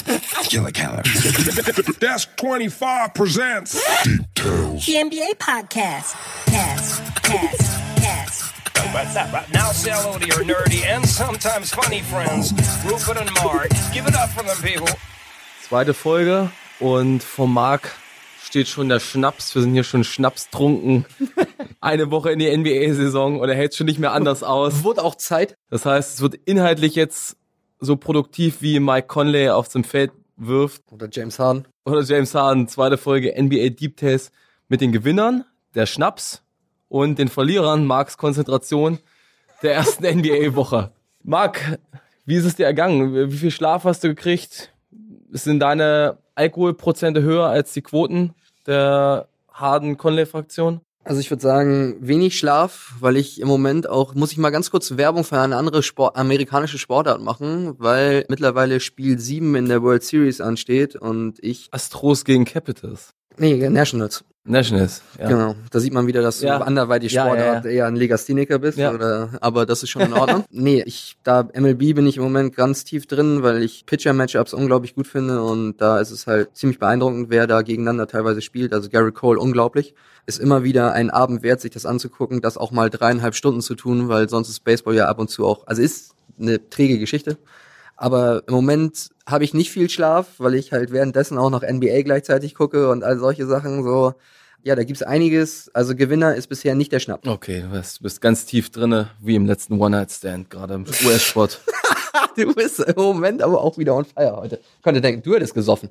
Killer. Desk 25 presents Details. The NBA podcast. Cast. What's up? Now say hello to your nerdy and sometimes funny friends, Rupert and Mark. Give it up for them, people. Zweite Folge und vom Marc steht schon der Schnaps. Wir sind hier schon schnapstrunken. Eine Woche in die NBA-Saison und er hält schon nicht mehr anders aus. Wurde auch Zeit. Das heißt, es wird inhaltlich jetzt so produktiv wie Mike Conley auf dem Feld wirft. Oder James Harden. Zweite Folge NBA Deep Tales mit den Gewinnern, der Schnaps und den Verlierern, Marks Konzentration der ersten NBA-Woche. Marc, wie ist es dir ergangen? Wie viel Schlaf hast du gekriegt? Sind deine Alkoholprozente höher als die Quoten der Harden-Conley-Fraktion? Also ich würde sagen, wenig Schlaf, weil ich im Moment auch, muss ich mal ganz kurz Werbung für eine andere amerikanische Sportart machen, weil mittlerweile Spiel 7 in der World Series ansteht und ich... Astros gegen Capitals. Nee, Nationals, ja. Genau. Da sieht man wieder, dass du anderweitig Sportart eher ein Legastheniker bist, aber das ist schon in Ordnung. MLB bin ich im Moment ganz tief drin, weil ich Pitcher-Matchups unglaublich gut finde und da ist es halt ziemlich beeindruckend, wer da gegeneinander teilweise spielt. Also Garrett Cole, unglaublich. Ist immer wieder ein Abend wert, sich das anzugucken, das auch mal 3,5 Stunden zu tun, weil sonst ist Baseball ja ab und zu auch, also ist eine träge Geschichte. Aber im Moment habe ich nicht viel Schlaf, weil ich halt währenddessen auch noch NBA gleichzeitig gucke und all solche Sachen so. Ja, da gibt's einiges. Also Gewinner ist bisher nicht der Schnaps. Okay, du bist ganz tief drinne, wie im letzten One-Night-Stand, gerade im US-Sport. Du bist im Moment aber auch wieder on fire heute. Ich könnte denken, du hättest gesoffen.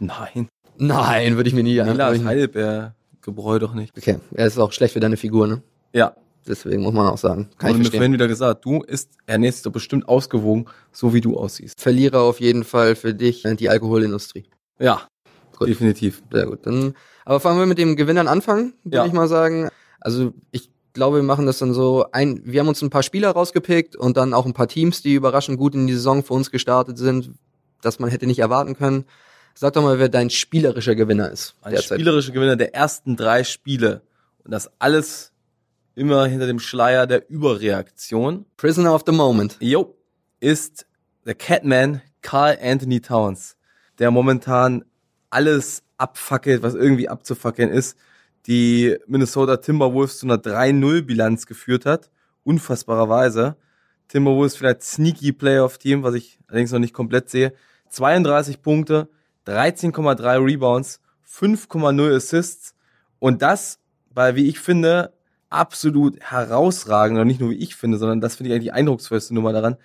Nein, würde ich mir nie Lars Heidelbeer-Gebräu doch nicht. Okay, er ist auch schlecht für deine Figur, ne? Ja. Deswegen muss man auch sagen. Kann ich verstehen. Wenn wieder gesagt, du ernährst doch bestimmt ausgewogen, so wie du aussiehst. Verlierer auf jeden Fall für dich, die Alkoholindustrie. Ja, gut. Definitiv. Sehr gut. Dann, aber fangen wir mit dem Gewinnern anfangen, würde ich mal sagen. Also ich glaube, wir machen das dann so wir haben uns ein paar Spieler rausgepickt und dann auch ein paar Teams, die überraschend gut in die Saison für uns gestartet sind, dass man hätte nicht erwarten können. Sag doch mal, wer dein spielerischer Gewinner ist. Ein spielerischer Gewinner der ersten 3 Spiele. Und das alles immer hinter dem Schleier der Überreaktion. Prisoner of the Moment. Ist der Catman Karl Anthony Towns, der momentan alles abfackelt, was irgendwie abzufackeln ist, die Minnesota Timberwolves zu einer 3-0-Bilanz geführt hat. Unfassbarerweise. Timberwolves vielleicht sneaky Playoff-Team, was ich allerdings noch nicht komplett sehe. 32 Punkte, 13,3 Rebounds, 5,0 Assists und das bei, wie ich finde, absolut herausragend, und nicht nur wie ich finde, sondern das finde ich eigentlich die eindrucksvollste Nummer daran,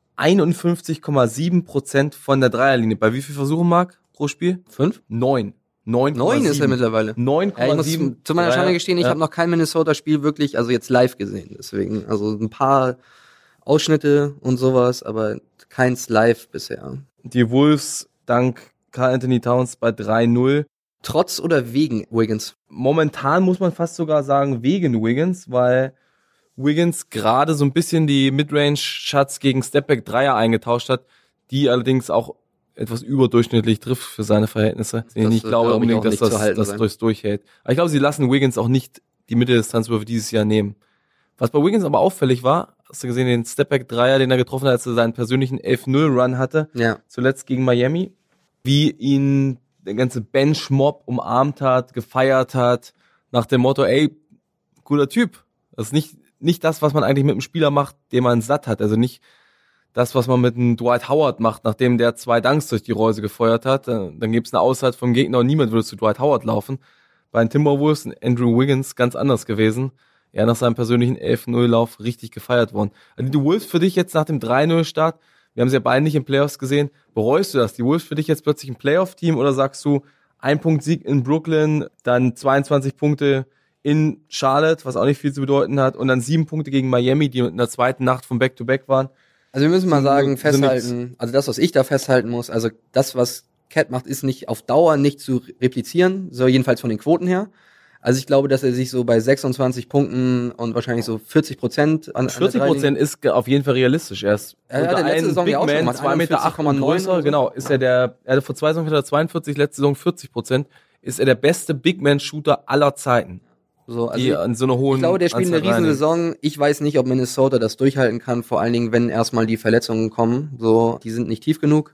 51,7% von der Dreierlinie. Bei wie viel Versuchen, Marc, pro Spiel? 5? 9 ist er mittlerweile. 9,7. Ich muss zu meiner Schande gestehen, ich habe noch kein Minnesota-Spiel wirklich, also jetzt live gesehen. Deswegen, also ein paar Ausschnitte und sowas, aber keins live bisher. Die Wolves dank Karl Anthony Towns bei 3-0. Trotz oder wegen Wiggins? Momentan muss man fast sogar sagen wegen Wiggins, weil Wiggins gerade so ein bisschen die Midrange-Shots gegen Stepback-Dreier eingetauscht hat, die allerdings auch etwas überdurchschnittlich trifft für seine Verhältnisse. Ich glaube unbedingt, dass das durchhält. Aber ich glaube, sie lassen Wiggins auch nicht die Mitteldistanzwürfe dieses Jahr nehmen. Was bei Wiggins aber auffällig war, hast du gesehen, den Stepback-Dreier, den er getroffen hat, als er seinen persönlichen 11-0-Run hatte, zuletzt gegen Miami, wie ihn der ganze Bench-Mob umarmt hat, gefeiert hat, nach dem Motto, ey, cooler Typ. Das ist nicht das, was man eigentlich mit einem Spieler macht, den man satt hat. Also nicht das, was man mit einem Dwight Howard macht, nachdem der 2 Dunks durch die Reuse gefeuert hat. Dann gibt's eine Auszeit vom Gegner und niemand würde zu Dwight Howard laufen. Bei den Timberwolves Andrew Wiggins ganz anders gewesen. Er nach seinem persönlichen 11-0-Lauf richtig gefeiert worden. Also die Wolves für dich jetzt nach dem 3-0-Start, wir haben sie ja beide nicht in Playoffs gesehen. Bereust du das? Die Wolves für dich jetzt plötzlich ein Playoff-Team oder sagst du, 1-Punkt-Sieg in Brooklyn, dann 22 Punkte in Charlotte, was auch nicht viel zu bedeuten hat, und dann 7 Punkte gegen Miami, die in der zweiten Nacht vom Back-to-Back waren? Also wir müssen mal sagen, festhalten, also das, was ich da festhalten muss, also das, was Cat macht, ist nicht auf Dauer nicht zu replizieren, so jedenfalls von den Quoten her. Also ich glaube, dass er sich so bei 26 Punkten und wahrscheinlich so 40% an 40% ist auf jeden Fall realistisch. Er ist unter letzte Saison Big ja auch schon Man, 2,8 Meter größer, so. genau, ist er hatte vor 2 Saison 42, letzte Saison 40%, ist er der beste Big Man Shooter aller Zeiten. So, also die an so einer hohen ich glaube, der spielt eine Riesensaison. Ich weiß nicht, ob Minnesota das durchhalten kann, vor allen Dingen, wenn erstmal die Verletzungen kommen. So, die sind nicht tief genug.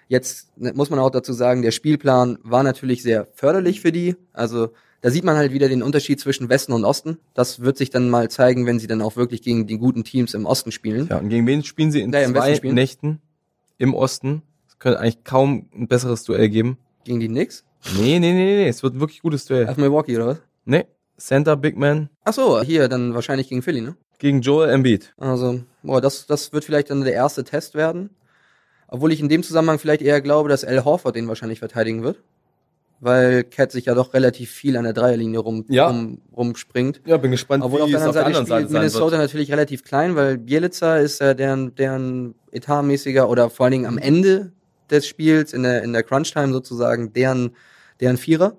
Jetzt muss man auch dazu sagen, der Spielplan war natürlich sehr förderlich für die. Also da sieht man halt wieder den Unterschied zwischen Westen und Osten. Das wird sich dann mal zeigen, wenn sie dann auch wirklich gegen die guten Teams im Osten spielen. Ja, und gegen wen spielen sie in 2 Nächten im Osten? Es könnte eigentlich kaum ein besseres Duell geben. Gegen die Knicks? Nee. Es wird ein wirklich gutes Duell. Auf Milwaukee, oder was? Nee. Center, Big Man. Ach so, hier dann wahrscheinlich gegen Philly, ne? Gegen Joel Embiid. Also, das wird vielleicht dann der erste Test werden. Obwohl ich in dem Zusammenhang vielleicht eher glaube, dass Al Horford den wahrscheinlich verteidigen wird. Weil Cat sich ja doch relativ viel an der Dreierlinie rumspringt. Ja, bin gespannt, obwohl auf der anderen Seite spielt Minnesota natürlich relativ klein, weil Bjelica ist ja deren etatmäßiger oder vor allen Dingen am Ende des Spiels, in der Crunch-Time sozusagen, deren Vierer.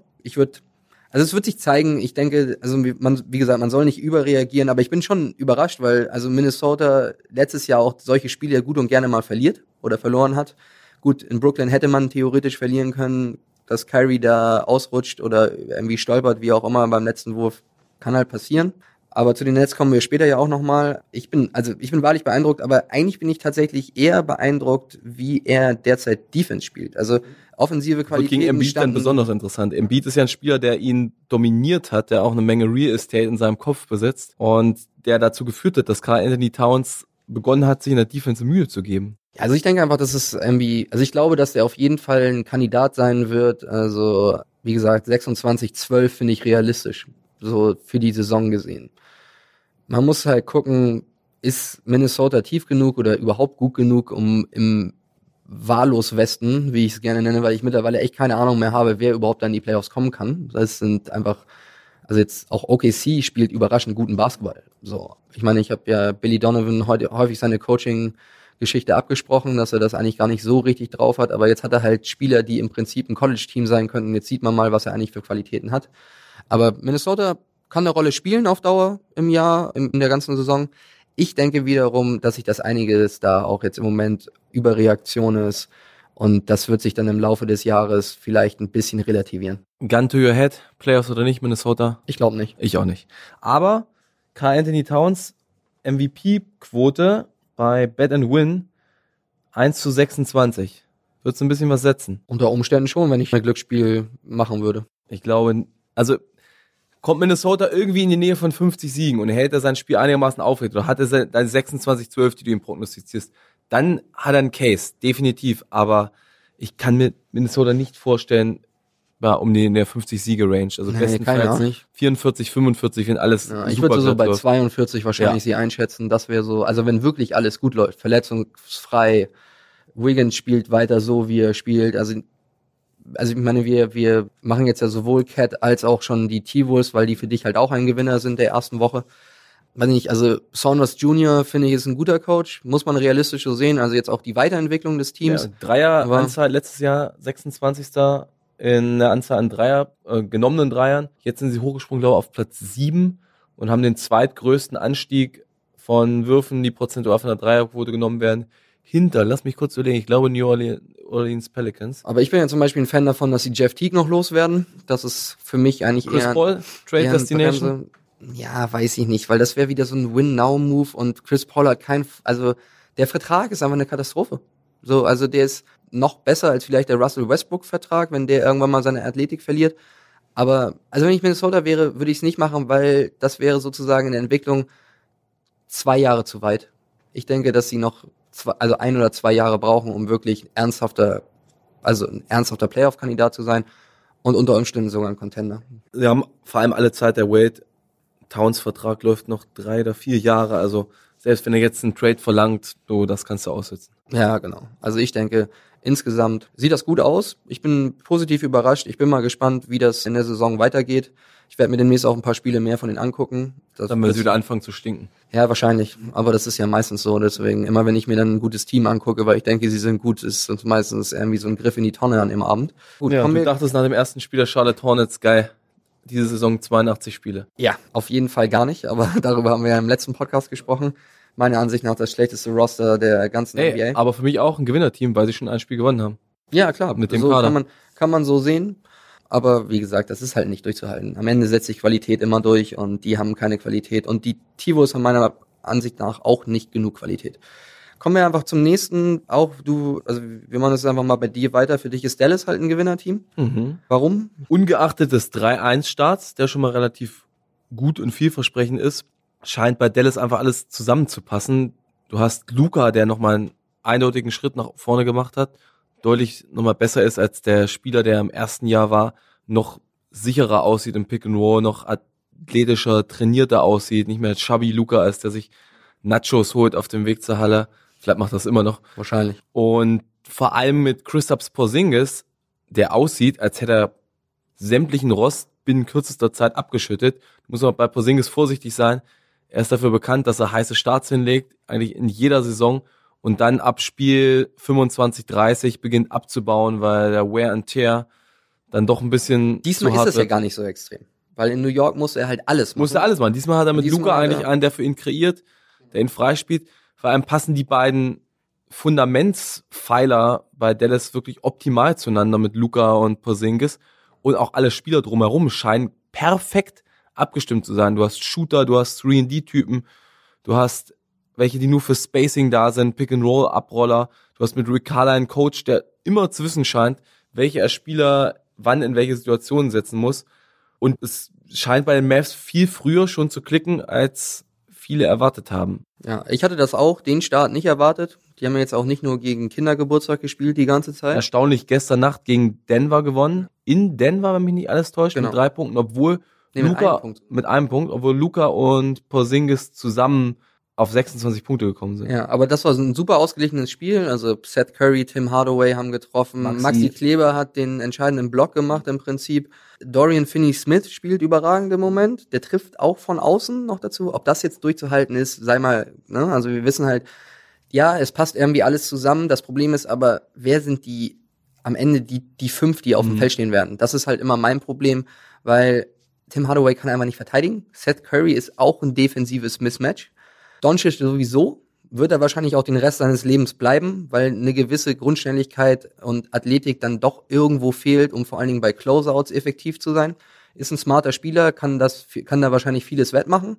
Es wird sich zeigen, ich denke, also wie gesagt, man soll nicht überreagieren, aber ich bin schon überrascht, weil also Minnesota letztes Jahr auch solche Spiele gut und gerne mal verliert oder verloren hat. Gut, in Brooklyn hätte man theoretisch verlieren können, dass Kyrie da ausrutscht oder irgendwie stolpert, wie auch immer beim letzten Wurf, kann halt passieren. Aber zu den Nets kommen wir später ja auch nochmal. Ich bin wahrlich beeindruckt, aber eigentlich bin ich tatsächlich eher beeindruckt, wie er derzeit Defense spielt. Also offensive Qualitäten. Gegen Embiid dann besonders interessant. Embiid ist ja ein Spieler, der ihn dominiert hat, der auch eine Menge Real Estate in seinem Kopf besitzt und der dazu geführt hat, dass Karl Anthony Towns begonnen hat, sich in der Defense Mühe zu geben. Also ich denke einfach, dass es irgendwie, also ich glaube, dass der auf jeden Fall ein Kandidat sein wird. Also wie gesagt, 26-12 finde ich realistisch, so für die Saison gesehen. Man muss halt gucken, ist Minnesota tief genug oder überhaupt gut genug, um im wahllos Westen, wie ich es gerne nenne, weil ich mittlerweile echt keine Ahnung mehr habe, wer überhaupt an die Playoffs kommen kann. Das sind einfach, also jetzt auch OKC spielt überraschend guten Basketball. So, ich meine, ich habe ja Billy Donovan heute häufig seine Coaching-Geschichte abgesprochen, dass er das eigentlich gar nicht so richtig drauf hat, aber jetzt hat er halt Spieler, die im Prinzip ein College-Team sein könnten. Jetzt sieht man mal, was er eigentlich für Qualitäten hat. Aber Minnesota kann eine Rolle spielen auf Dauer im Jahr, in der ganzen Saison. Ich denke wiederum, dass sich das einiges da auch jetzt im Moment Überreaktion ist und das wird sich dann im Laufe des Jahres vielleicht ein bisschen relativieren. Gun to your head, Playoffs oder nicht, Minnesota? Ich glaube nicht. Ich auch nicht. Aber Karl Anthony Towns MVP-Quote bei Bet and Win 1:26. Würdest du ein bisschen was setzen? Unter Umständen schon, wenn ich ein Glücksspiel machen würde. Ich glaube, also kommt Minnesota irgendwie in die Nähe von 50 Siegen und hält er sein Spiel einigermaßen aufrecht oder hat er deine 26-12, die du ihm prognostizierst, dann hat er einen Case, definitiv. Aber ich kann mir Minnesota nicht vorstellen, in der 50-Siege-Range. Also bestenfalls 44, 45, wenn alles super ich würde so bei läuft. 42 wahrscheinlich sie einschätzen. Das wäre so, also wenn wirklich alles gut läuft, verletzungsfrei, Wiggins spielt weiter so, wie er spielt, also ich meine, wir machen jetzt ja sowohl Cat als auch schon die T-Wolves, weil die für dich halt auch ein Gewinner sind der ersten Woche. Weiß nicht, also Saunders Jr. finde ich ist ein guter Coach, muss man realistisch so sehen, also jetzt auch die Weiterentwicklung des Teams. Ja, Dreier-Anzahl letztes Jahr 26. in der Anzahl an genommenen Dreiern. Jetzt sind sie hochgesprungen, glaube ich, auf Platz 7 und haben den zweitgrößten Anstieg von Würfen, die prozentual von der Dreierquote genommen werden, lass mich kurz überlegen, ich glaube New Orleans Pelicans. Aber ich bin ja zum Beispiel ein Fan davon, dass sie Jeff Teague noch loswerden. Das ist für mich eigentlich Chris Paul, Trade Destination? Ja, weiß ich nicht, weil das wäre wieder so ein Win-Now-Move und Chris Paul hat also der Vertrag ist einfach eine Katastrophe. So, also der ist noch besser als vielleicht der Russell Westbrook-Vertrag, wenn der irgendwann mal seine Athletik verliert. Aber, also wenn ich Minnesota wäre, würde ich es nicht machen, weil das wäre sozusagen in der Entwicklung 2 Jahre zu weit. Ich denke, dass sie noch 1 oder 2 Jahre brauchen, um wirklich ein ernsthafter Playoff-Kandidat zu sein und unter Umständen sogar ein Contender. Sie haben vor allem alle Zeit der Wade. Towns Vertrag läuft noch 3 oder 4 Jahre, also selbst wenn er jetzt einen Trade verlangt, das kannst du aussitzen. Ja, genau. Also ich denke, insgesamt sieht das gut aus. Ich bin positiv überrascht. Ich bin mal gespannt, wie das in der Saison weitergeht. Ich werde mir demnächst auch ein paar Spiele mehr von denen angucken. Dann werden sie wieder anfangen zu stinken. Ja, wahrscheinlich. Aber das ist ja meistens so. Deswegen, immer wenn ich mir dann ein gutes Team angucke, weil ich denke, sie sind gut, ist es meistens irgendwie so ein Griff in die Tonne an dem Abend. Gut, ja, du dachtest nach dem ersten Spiel der Charlotte Hornets, geil, diese Saison 82 Spiele. Ja, auf jeden Fall gar nicht. Aber darüber haben wir ja im letzten Podcast gesprochen. Meiner Ansicht nach das schlechteste Roster der ganzen NBA. Aber für mich auch ein Gewinnerteam, weil sie schon ein Spiel gewonnen haben. Ja, klar. Mit dem Kader. Kann man so sehen. Aber wie gesagt, das ist halt nicht durchzuhalten. Am Ende setzt sich Qualität immer durch und die haben keine Qualität. Und die T-Wolves haben meiner Ansicht nach auch nicht genug Qualität. Kommen wir einfach zum nächsten. Auch du, also wir machen das einfach mal bei dir weiter. Für dich ist Dallas halt ein Gewinnerteam. Warum? Ungeachtet des 3-1-Starts, der schon mal relativ gut und vielversprechend ist, scheint bei Dallas einfach alles zusammenzupassen. Du hast Luka, der nochmal einen eindeutigen Schritt nach vorne gemacht hat, deutlich nochmal besser ist als der Spieler, der im ersten Jahr war, noch sicherer aussieht im Pick and Roll, noch athletischer, trainierter aussieht, nicht mehr chubby Luka, als der sich Nachos holt auf dem Weg zur Halle. Vielleicht macht das immer noch. Wahrscheinlich. Und vor allem mit Kristaps Porzingis, der aussieht, als hätte er sämtlichen Rost binnen kürzester Zeit abgeschüttet. Muss man bei Porzingis vorsichtig sein. Er ist dafür bekannt, dass er heiße Starts hinlegt, eigentlich in jeder Saison, und dann ab Spiel 25, 30 beginnt abzubauen, weil der Wear and Tear dann doch ein bisschen diesmal ist das ja gar nicht so extrem. Weil in New York musste er halt alles machen. Musste alles machen. Diesmal hat er mit Luka eigentlich einen, der für ihn kreiert, der ihn freispielt. Vor allem passen die beiden Fundamentspfeiler bei Dallas wirklich optimal zueinander mit Luka und Porzingis. Und auch alle Spieler drumherum scheinen perfekt abgestimmt zu sein. Du hast Shooter, du hast 3&D-Typen, du hast welche, die nur für Spacing da sind, Pick-and-Roll-Abroller. Du hast mit Rick Carlisle einen Coach, der immer zu wissen scheint, welche Spieler wann in welche Situationen setzen muss. Und es scheint bei den Mavs viel früher schon zu klicken, als viele erwartet haben. Ja, ich hatte das auch, den Start nicht erwartet. Die haben ja jetzt auch nicht nur gegen Kindergeburtstag gespielt die ganze Zeit. Erstaunlich, gestern Nacht gegen Denver gewonnen. In Denver, wenn mich nicht alles täuscht, mit 3 Punkten, obwohl mit einem Punkt, obwohl Luka und Porzingis zusammen auf 26 Punkte gekommen sind. Ja, aber das war so ein super ausgeglichenes Spiel. Also Seth Curry, Tim Hardaway haben getroffen. Maxi Kleber hat den entscheidenden Block gemacht im Prinzip. Dorian Finney-Smith spielt überragend im Moment. Der trifft auch von außen noch dazu. Ob das jetzt durchzuhalten ist, sei mal, ne? Also wir wissen halt, ja, es passt irgendwie alles zusammen. Das Problem ist aber, wer sind die am Ende die 5, die auf dem Feld stehen werden? Das ist halt immer mein Problem, weil Tim Hardaway kann einfach nicht verteidigen. Seth Curry ist auch ein defensives Mismatch. Doncic sowieso, wird er wahrscheinlich auch den Rest seines Lebens bleiben, weil eine gewisse Grundschnelligkeit und Athletik dann doch irgendwo fehlt, um vor allen Dingen bei Closeouts effektiv zu sein. Ist ein smarter Spieler, kann da wahrscheinlich vieles wettmachen.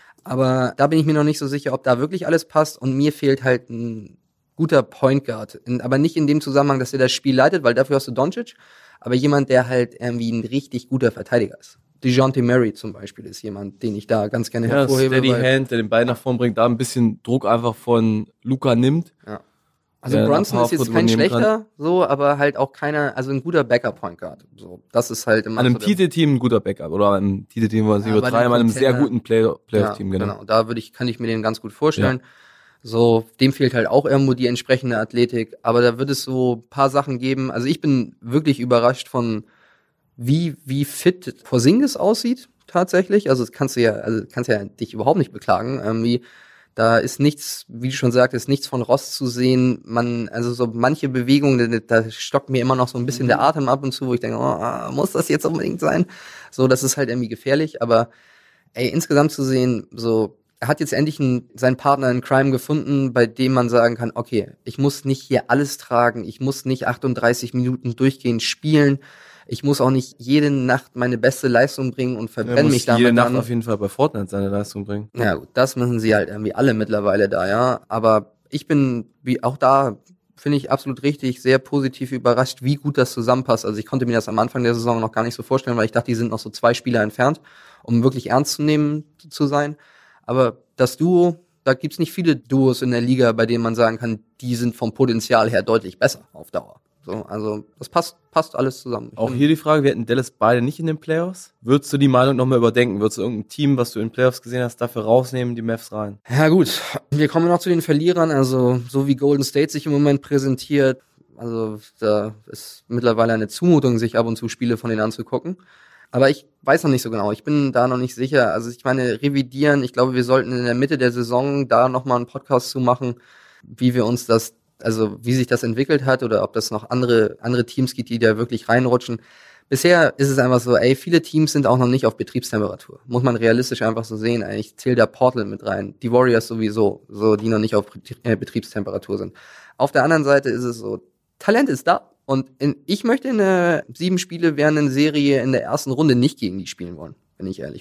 Aber da bin ich mir noch nicht so sicher, ob da wirklich alles passt. Und mir fehlt halt ein guter Point Guard. Aber nicht in dem Zusammenhang, dass er das Spiel leitet, weil dafür hast du Doncic. Aber jemand, der halt irgendwie ein richtig guter Verteidiger ist. DeJounte Murray zum Beispiel ist jemand, den ich da ganz gerne hervorhebe. Steady Hand, der den Ball nach vorn bringt, da ein bisschen Druck einfach von Luka nimmt. Ja. Also Brunson ist jetzt kein schlechter, so, aber halt auch keiner, also ein guter Backup-Point Guard. So, das ist halt immer an einem so Titelteam ein guter Backup, oder an einem Titelteam, wo man sich übertreiben, an einem sehr guten Playoff-Team, genau. Da kann ich mir den ganz gut vorstellen. Ja. So, dem fehlt halt auch irgendwo die entsprechende Athletik, aber da wird es so ein paar Sachen geben. Also ich bin wirklich überrascht von wie fit Porzingis aussieht tatsächlich. Also kannst du ja dich überhaupt nicht beklagen. Irgendwie da ist nichts, wie du schon sagtest, nichts von Rost zu sehen. Also so manche Bewegungen, da stockt mir immer noch so ein bisschen der Atem ab und zu, wo ich denke, muss das jetzt unbedingt sein? So, das ist halt irgendwie gefährlich. Aber insgesamt zu sehen, so er hat jetzt endlich seinen Partner in Crime gefunden, bei dem man sagen kann, okay, ich muss nicht hier alles tragen, ich muss nicht 38 Minuten durchgehend spielen. Ich muss auch nicht jede Nacht meine beste Leistung bringen und verbrenne mich damit. Jede Nacht auf jeden Fall bei Fortnite seine Leistung bringen. Ja gut, das müssen sie halt irgendwie alle mittlerweile da, ja. Aber ich bin, wie auch da, finde ich absolut richtig, sehr positiv überrascht, wie gut das zusammenpasst. Also ich konnte mir das am Anfang der Saison noch gar nicht so vorstellen, weil ich dachte, die sind noch so 2 Spieler entfernt, um wirklich ernst zu nehmen zu sein. Aber das Duo, da gibt's nicht viele Duos in der Liga, bei denen man sagen kann, die sind vom Potenzial her deutlich besser auf Dauer. So, also das passt alles zusammen. Auch hier die Frage, wir hätten Dallas beide nicht in den Playoffs. Würdest du die Meinung nochmal überdenken? Würdest du irgendein Team, was du in den Playoffs gesehen hast, dafür rausnehmen, die Mavs rein? Ja gut, wir kommen noch zu den Verlierern. Also so wie Golden State sich im Moment präsentiert, also da ist mittlerweile eine Zumutung, sich ab und zu Spiele von denen anzugucken. Aber ich weiß noch nicht so genau. Ich bin da noch nicht sicher. Also ich meine, revidieren. Ich glaube, wir sollten in der Mitte der Saison da nochmal einen Podcast zu machen, wie wir uns das, also wie sich das entwickelt hat oder ob das noch andere Teams gibt, die da wirklich reinrutschen. Bisher ist es einfach so, viele Teams sind auch noch nicht auf Betriebstemperatur. Muss man realistisch einfach so sehen. Ich zähle da Portland mit rein. Die Warriors sowieso, so die noch nicht auf Betriebstemperatur sind. Auf der anderen Seite ist es so, Talent ist da. Und ich möchte in der 7 Spiele während einer Serie in der ersten Runde nicht gegen die spielen wollen, wenn ich ehrlich bin.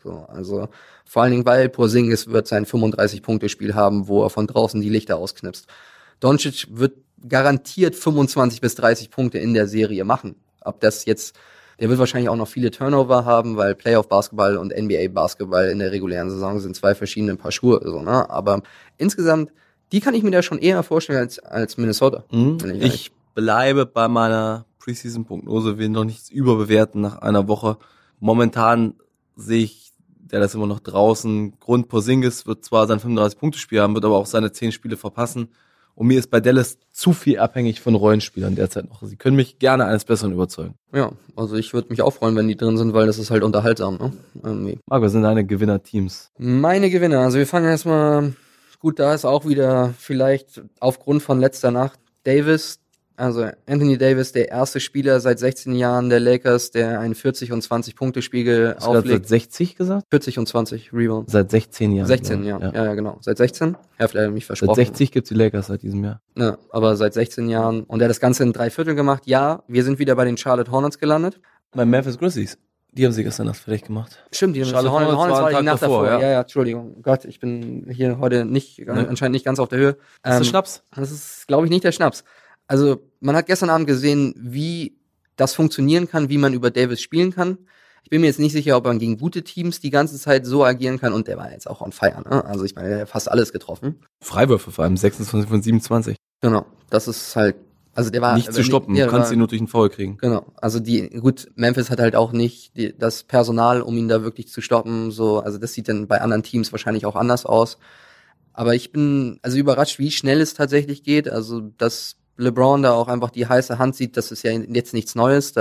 So, also vor allen Dingen, weil Porzingis wird sein 35-Punkte-Spiel haben, wo er von draußen die Lichter ausknipst. Doncic wird garantiert 25 bis 30 Punkte in der Serie machen. Ob das jetzt, der wird wahrscheinlich auch noch viele Turnover haben, weil Playoff-Basketball und NBA-Basketball in der regulären Saison sind 2 verschiedene Paar Schuhe. So, ne? Aber insgesamt, die kann ich mir da schon eher vorstellen als Minnesota. Ich bleibe bei meiner Preseason-Prognose, will noch nichts überbewerten nach einer Woche. Momentan sehe ich, der ist immer noch draußen. Grund Porzingis wird zwar sein 35-Punkte-Spiel haben, wird aber auch seine 10 Spiele verpassen. Und mir ist bei Dallas zu viel abhängig von Rollenspielern derzeit noch. Sie können mich gerne eines Besseren überzeugen. Ja, also ich würde mich auch freuen, wenn die drin sind, weil das ist halt unterhaltsam. Ne? Marc, was sind deine Gewinner-Teams? Meine Gewinner, also wir fangen erstmal, gut, da ist auch wieder vielleicht aufgrund von letzter Nacht Davis, also Anthony Davis, der erste Spieler seit 16 Jahren der Lakers, der einen 40- und 20-Punkte-Spiegel auflegt. Seit 60 gesagt? 40 und 20 Rebounds. Seit 16 Jahren. 16 Jahren, ja, genau. Seit 16. Ja, vielleicht mich versprochen. Seit 60 gibt's die Lakers seit diesem Jahr. Ja, aber seit 16 Jahren. Und er hat das Ganze in 3 Viertel gemacht. Ja, wir sind wieder bei den Charlotte Hornets gelandet. Bei Memphis Grizzlies. Die haben sie gestern Nacht fertig gemacht. Stimmt, die Charlotte Hornets war die Nacht davor. Ja, Entschuldigung. Gott, ich bin hier heute anscheinend nicht ganz auf der Höhe. Ist das Schnaps? Das ist, glaube ich, nicht der Schnaps. Also, man hat gestern Abend gesehen, wie das funktionieren kann, wie man über Davis spielen kann. Ich bin mir jetzt nicht sicher, ob man gegen gute Teams die ganze Zeit so agieren kann. Und der war jetzt auch on fire, ne? Also, ich meine, der hat fast alles getroffen. Freiwürfe vor allem, 26 von 27. Genau, das ist halt, also der war... Nicht zu stoppen, du kannst ihn nur durch einen Foul kriegen. Genau, also Memphis hat halt auch nicht das Personal, um ihn da wirklich zu stoppen. So, also das sieht dann bei anderen Teams wahrscheinlich auch anders aus. Aber ich bin also überrascht, wie schnell es tatsächlich geht. Also, dass LeBron da auch einfach die heiße Hand sieht, das ist ja jetzt nichts Neues,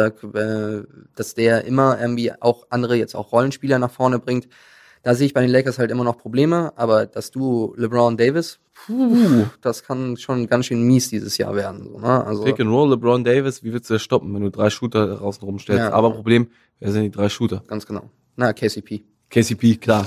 dass der immer irgendwie auch andere, jetzt auch Rollenspieler nach vorne bringt. Da sehe ich bei den Lakers halt immer noch Probleme, aber das Duo LeBron Davis, das kann schon ganz schön mies dieses Jahr werden. So, ne? Also, Pick and Roll, LeBron Davis, wie willst du das stoppen, wenn du 3 Shooter draußen rumstellst? Ja. Aber Problem, wer sind die 3 Shooter? Ganz genau. Na, KCP. KCP, klar.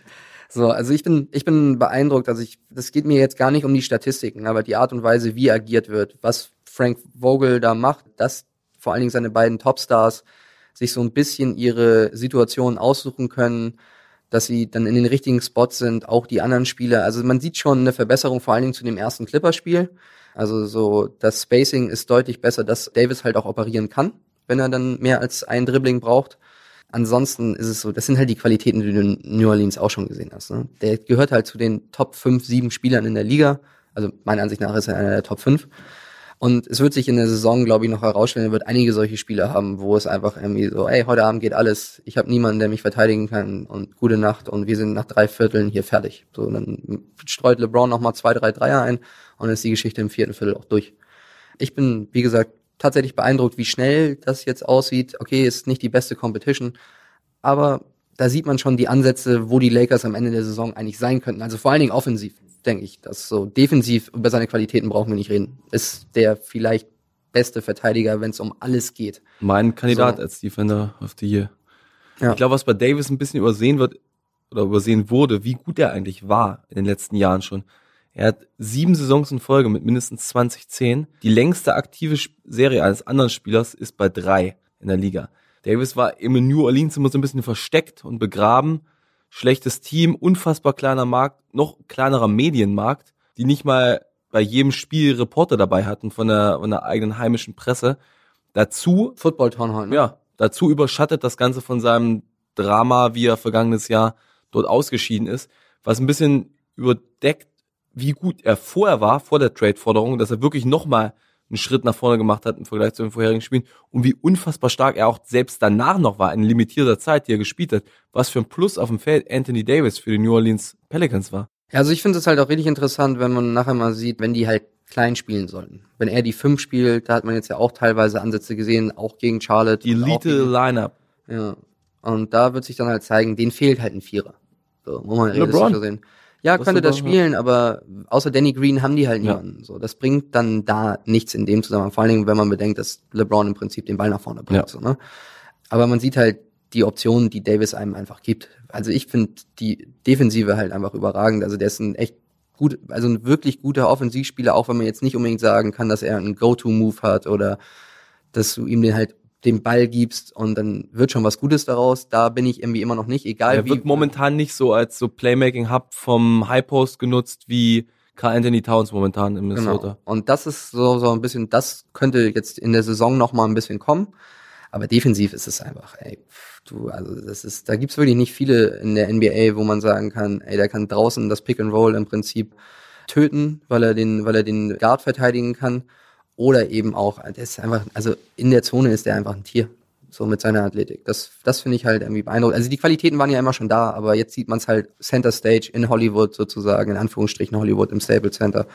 So, also ich bin beeindruckt, also das geht mir jetzt gar nicht um die Statistiken, aber die Art und Weise, wie agiert wird, was Frank Vogel da macht, dass vor allen Dingen seine beiden Topstars sich so ein bisschen ihre Situation aussuchen können, dass sie dann in den richtigen Spots sind, auch die anderen Spieler. Also man sieht schon eine Verbesserung, vor allen Dingen zu dem ersten Clipperspiel. Also so, das Spacing ist deutlich besser, dass Davis halt auch operieren kann, wenn er dann mehr als ein Dribbling braucht. Ansonsten ist es so, das sind halt die Qualitäten, die du in New Orleans auch schon gesehen hast. Ne? Der gehört halt zu den Top 5, 7 Spielern in der Liga. Also meiner Ansicht nach ist er einer der Top 5. Und es wird sich in der Saison, glaube ich, noch herausstellen, er wird einige solche Spiele haben, wo es einfach irgendwie so, ey, heute Abend geht alles, ich habe niemanden, der mich verteidigen kann und gute Nacht und wir sind nach 3 Vierteln hier fertig. So, dann streut LeBron nochmal 2, 3 Dreier ein und dann ist die Geschichte im 4. Viertel auch durch. Ich bin, wie gesagt, tatsächlich beeindruckt, wie schnell das jetzt aussieht. Okay, ist nicht die beste Competition, aber da sieht man schon die Ansätze, wo die Lakers am Ende der Saison eigentlich sein könnten. Also vor allen Dingen offensiv, denke ich. Das so defensiv, über seine Qualitäten brauchen wir nicht reden. Ist der vielleicht beste Verteidiger, wenn es um alles geht. Mein Kandidat als Defender of the Year. Ja. Ich glaube, was bei Davis ein bisschen übersehen wird oder übersehen wurde, wie gut er eigentlich war in den letzten Jahren schon. Er hat 7 Saisons in Folge mit mindestens 20-10. Die längste aktive Serie eines anderen Spielers ist bei 3 in der Liga. Davis war im New Orleans immer so ein bisschen versteckt und begraben. Schlechtes Team, unfassbar kleiner Markt, noch kleinerer Medienmarkt, die nicht mal bei jedem Spiel Reporter dabei hatten von der eigenen heimischen Presse. Dazu Football Town Hall, ne? Ja, dazu überschattet das Ganze von seinem Drama, wie er vergangenes Jahr dort ausgeschieden ist, was ein bisschen überdeckt, wie gut er vorher war, vor der Trade-Forderung, dass er wirklich nochmal einen Schritt nach vorne gemacht hat im Vergleich zu den vorherigen Spielen und wie unfassbar stark er auch selbst danach noch war, in limitierter Zeit, die er gespielt hat. Was für ein Plus auf dem Feld Anthony Davis für die New Orleans Pelicans war. Ja, also ich finde es halt auch richtig interessant, wenn man nachher mal sieht, wenn die halt klein spielen sollten. Wenn er die 5 spielt, da hat man jetzt ja auch teilweise Ansätze gesehen, auch gegen Charlotte. Elite Lineup. Ja, und da wird sich dann halt zeigen, denen fehlt halt ein Vierer. So, muss man realistisch sehen. Ja, könnte das spielen, aber außer Danny Green haben die halt niemanden. Ja. So, das bringt dann da nichts in dem Zusammenhang. Vor allen Dingen, wenn man bedenkt, dass LeBron im Prinzip den Ball nach vorne bringt. Ja. So, ne? Aber man sieht halt die Optionen, die Davis einem einfach gibt. Also ich finde die Defensive halt einfach überragend. Also der ist ein echt gut, also ein wirklich guter Offensivspieler, auch wenn man jetzt nicht unbedingt sagen kann, dass er einen Go-To-Move hat oder dass du ihm den halt den Ball gibst und dann wird schon was Gutes daraus. Da bin ich irgendwie immer noch nicht, egal wie. Er wird momentan nicht so als so Playmaking-Hub vom High Post genutzt wie Karl Anthony Towns momentan in Minnesota. Genau. Und das ist so ein bisschen, das könnte jetzt in der Saison noch mal ein bisschen kommen. Aber defensiv ist es einfach, da gibt's wirklich nicht viele in der NBA, wo man sagen kann, der kann draußen das Pick and Roll im Prinzip töten, weil er den Guard verteidigen kann. Oder eben auch, der ist einfach, also in der Zone ist der einfach ein Tier, so mit seiner Athletik. Das finde ich halt irgendwie beeindruckend. Also die Qualitäten waren ja immer schon da, aber jetzt sieht man es halt Center Stage in Hollywood sozusagen, in Anführungsstrichen Hollywood im Staples Center.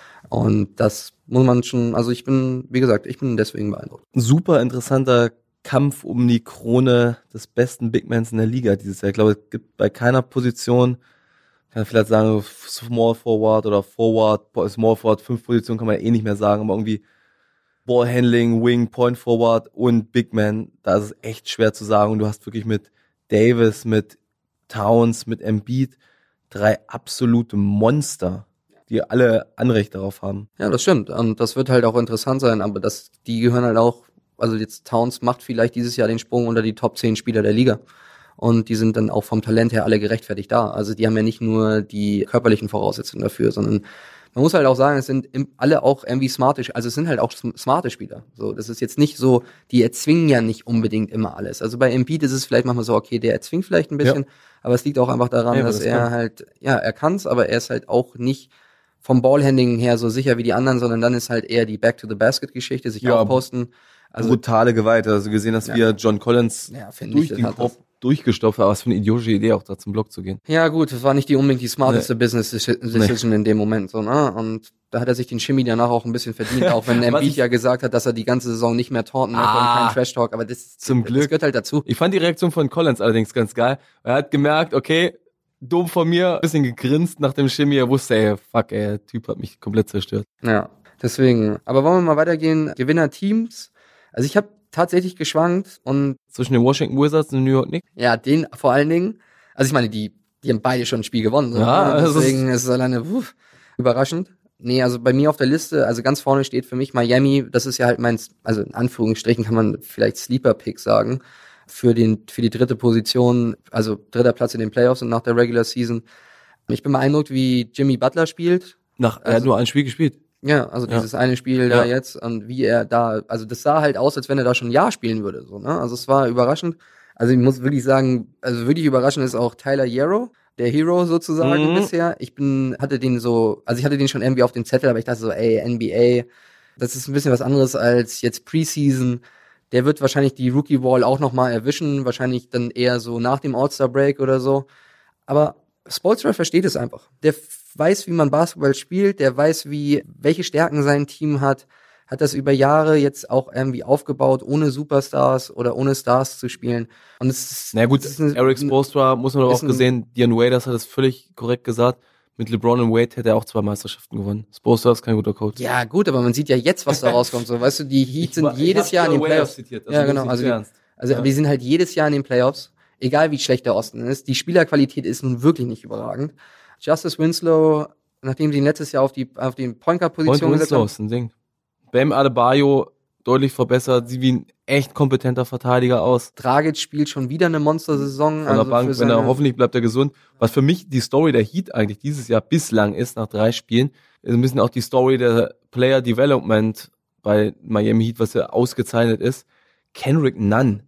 Und das muss man schon, also ich bin deswegen beeindruckt. Super interessanter Kampf um die Krone des besten Bigmans in der Liga dieses Jahr. Ich glaube, es gibt bei keiner Position, kann vielleicht sagen, Small Forward oder Forward, Small Forward, 5 Positionen kann man ja nicht mehr sagen, aber irgendwie Ballhandling, Wing, Point Forward und Big Man, da ist es echt schwer zu sagen. Und du hast wirklich mit Davis, mit Towns, mit Embiid 3 absolute Monster, die alle Anrecht darauf haben. Ja, das stimmt. Und das wird halt auch interessant sein, aber die gehören halt auch, also jetzt Towns macht vielleicht dieses Jahr den Sprung unter die Top 10 Spieler der Liga. Und die sind dann auch vom Talent her alle gerechtfertigt da. Also die haben ja nicht nur die körperlichen Voraussetzungen dafür, sondern man muss halt auch sagen, es sind alle auch irgendwie smarte, also es sind halt auch smarte Spieler. So, das ist jetzt nicht so, die erzwingen ja nicht unbedingt immer alles. Also bei Embiid ist es vielleicht manchmal so, okay, der erzwingt vielleicht ein bisschen, aber es liegt auch einfach daran, dass er halt, er kann's, aber er ist halt auch nicht vom Ballhandling her so sicher wie die anderen, sondern dann ist halt eher die Back-to-the-Basket-Geschichte, sich aufposten. Also brutale Gewalt, also gesehen hast, wie er John Collins durch den Kopf durchgestopft, aber was für eine idiotische Idee, auch da zum Block zu gehen. Ja gut, das war nicht unbedingt die smarteste Business Decision in dem Moment, so, ne? Und da hat er sich den Shimmy danach auch ein bisschen verdient, auch wenn Embiid ja gesagt hat, dass er die ganze Saison nicht mehr taunten möchte und kein Trash Talk, aber das gehört halt dazu. Ich fand die Reaktion von Collins allerdings ganz geil. Er hat gemerkt, okay, dumm von mir, ein bisschen gegrinst nach dem Shimmy, er wusste, der Typ hat mich komplett zerstört. Ja, deswegen. Aber wollen wir mal weitergehen? Gewinner-Teams. Also ich habe tatsächlich geschwankt und zwischen den Washington Wizards und den New York Knicks? Ja, den vor allen Dingen. Also ich meine, die haben beide schon ein Spiel gewonnen. So, ja, ne? Deswegen ist es alleine überraschend. Nee, also bei mir auf der Liste, also ganz vorne steht für mich Miami. Das ist ja halt also in Anführungsstrichen kann man vielleicht Sleeper-Pick sagen, für die 3. Position, also 3. Platz in den Playoffs und nach der Regular Season. Ich bin beeindruckt, wie Jimmy Butler spielt. Er hat nur ein Spiel gespielt. Ja, also dieses eine Spiel da jetzt und wie er da, also das sah halt aus, als wenn er da schon ein Jahr spielen würde, so, ne? Also es war überraschend. Also ich muss wirklich sagen, also wirklich überraschend ist auch Tyler Hero, der Hero sozusagen bisher. Ich hatte den schon irgendwie auf dem Zettel, aber ich dachte so, NBA, das ist ein bisschen was anderes als jetzt Preseason. Der wird wahrscheinlich die Rookie Wall auch nochmal erwischen, wahrscheinlich dann eher so nach dem All-Star Break oder so. Aber Spoelstra versteht es einfach. Der weiß, wie man Basketball spielt, der weiß, welche Stärken sein Team hat das über Jahre jetzt auch irgendwie aufgebaut, ohne Superstars oder ohne Stars zu spielen. Und es ist, Eric Spoelstra, muss man aber auch gesehen, Dion Waiters hat es völlig korrekt gesagt, mit LeBron und Wade hätte er auch 2 Meisterschaften gewonnen. Spoelstra ist kein guter Coach. Ja gut, aber man sieht ja jetzt, was da rauskommt. So, weißt du, die Heat sind jedes Jahr in den Playoffs. Ja, genau. Aber die sind halt jedes Jahr in den Playoffs, egal wie schlecht der Osten ist. Die Spielerqualität ist nun wirklich nicht überragend. Justice Winslow, nachdem sie ihn letztes Jahr auf die Point Guard Position gesetzt haben. Ist ein Ding. Bam Adebayo deutlich verbessert, sieht wie ein echt kompetenter Verteidiger aus. Dragic spielt schon wieder eine Monstersaison. Von der Bank, hoffentlich bleibt er gesund. Was für mich die Story der Heat eigentlich dieses Jahr bislang ist, nach 3 Spielen, ist ein bisschen auch die Story der Player Development bei Miami Heat, was ja ausgezeichnet ist. Kendrick Nunn,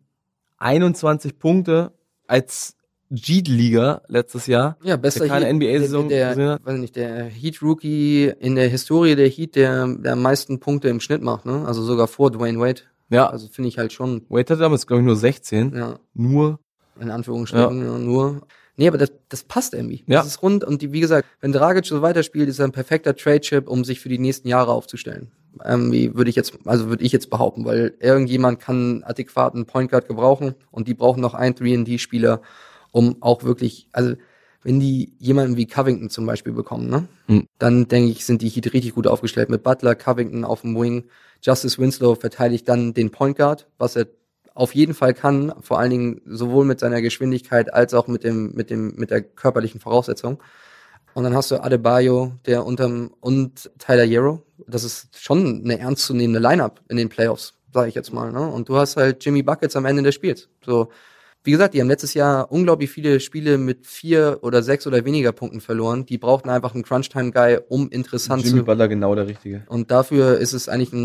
21 Punkte als G-Liga letztes Jahr. Ja, bester keine NBA-Saison. Der Heat-Rookie in der Historie der Heat, der am meisten Punkte im Schnitt macht, ne? Also sogar vor Dwayne Wade. Ja. Also finde ich halt schon. Wade hatte damals, glaube ich, nur 16. Ja. Nur. In Anführungsstrichen, nur. Nee, aber das passt irgendwie. Ja. Das ist rund und wie gesagt, wenn Dragic so weiterspielt, ist er ein perfekter Trade-Chip, um sich für die nächsten Jahre aufzustellen. Würde ich jetzt behaupten, weil irgendjemand kann adäquaten Point Guard gebrauchen und die brauchen noch einen 3&D-Spieler, um auch wirklich, also wenn die jemanden wie Covington zum Beispiel bekommen, ne, dann denke ich, sind die Heat richtig gut aufgestellt mit Butler, Covington auf dem Wing, Justice Winslow verteidigt dann den Point Guard, was er auf jeden Fall kann, vor allen Dingen sowohl mit seiner Geschwindigkeit als auch mit der körperlichen Voraussetzung. Und dann hast du Adebayo, und Tyler Hero. Das ist schon eine ernstzunehmende Line-Up in den Playoffs. sage ich jetzt mal, ne? Und du hast halt Jimmy Buckets am Ende des Spiels. So, wie gesagt, die haben letztes Jahr unglaublich viele Spiele mit 4 oder 6 oder weniger Punkten verloren. Die brauchten einfach einen Crunch-Time-Guy, um interessant Jimmy Butler genau der Richtige. Und dafür ist es eigentlich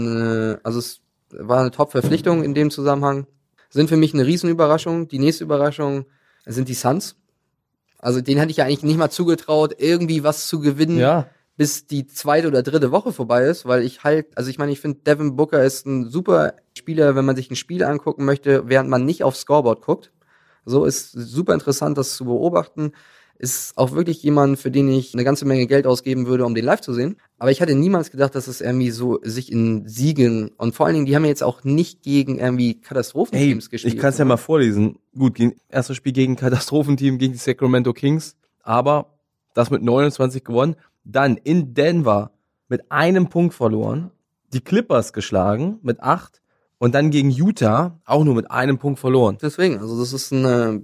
es war eine Top-Verpflichtung in dem Zusammenhang. Sind für mich eine Riesenüberraschung. Die nächste Überraschung sind die Suns. Also denen hätte ich ja eigentlich nicht mal zugetraut, irgendwie was zu gewinnen, bis die 2. oder 3. Woche vorbei ist, weil ich finde, Devin Booker ist ein super Spieler, wenn man sich ein Spiel angucken möchte, während man nicht aufs Scoreboard guckt. So ist super interessant, das zu beobachten. Ist auch wirklich jemand, für den ich eine ganze Menge Geld ausgeben würde, um den live zu sehen. Aber ich hatte niemals gedacht, dass es irgendwie so sich in Siegen und vor allen Dingen, die haben ja jetzt auch nicht gegen irgendwie Katastrophenteams gespielt. Ich kann es ja mal vorlesen. Gut, erstes Spiel gegen Katastrophenteam, gegen die Sacramento Kings, aber das mit 29 gewonnen. Dann in Denver mit 1 Punkt verloren, die Clippers geschlagen mit 8 und dann gegen Utah auch nur mit 1 Punkt verloren. Deswegen, also das ist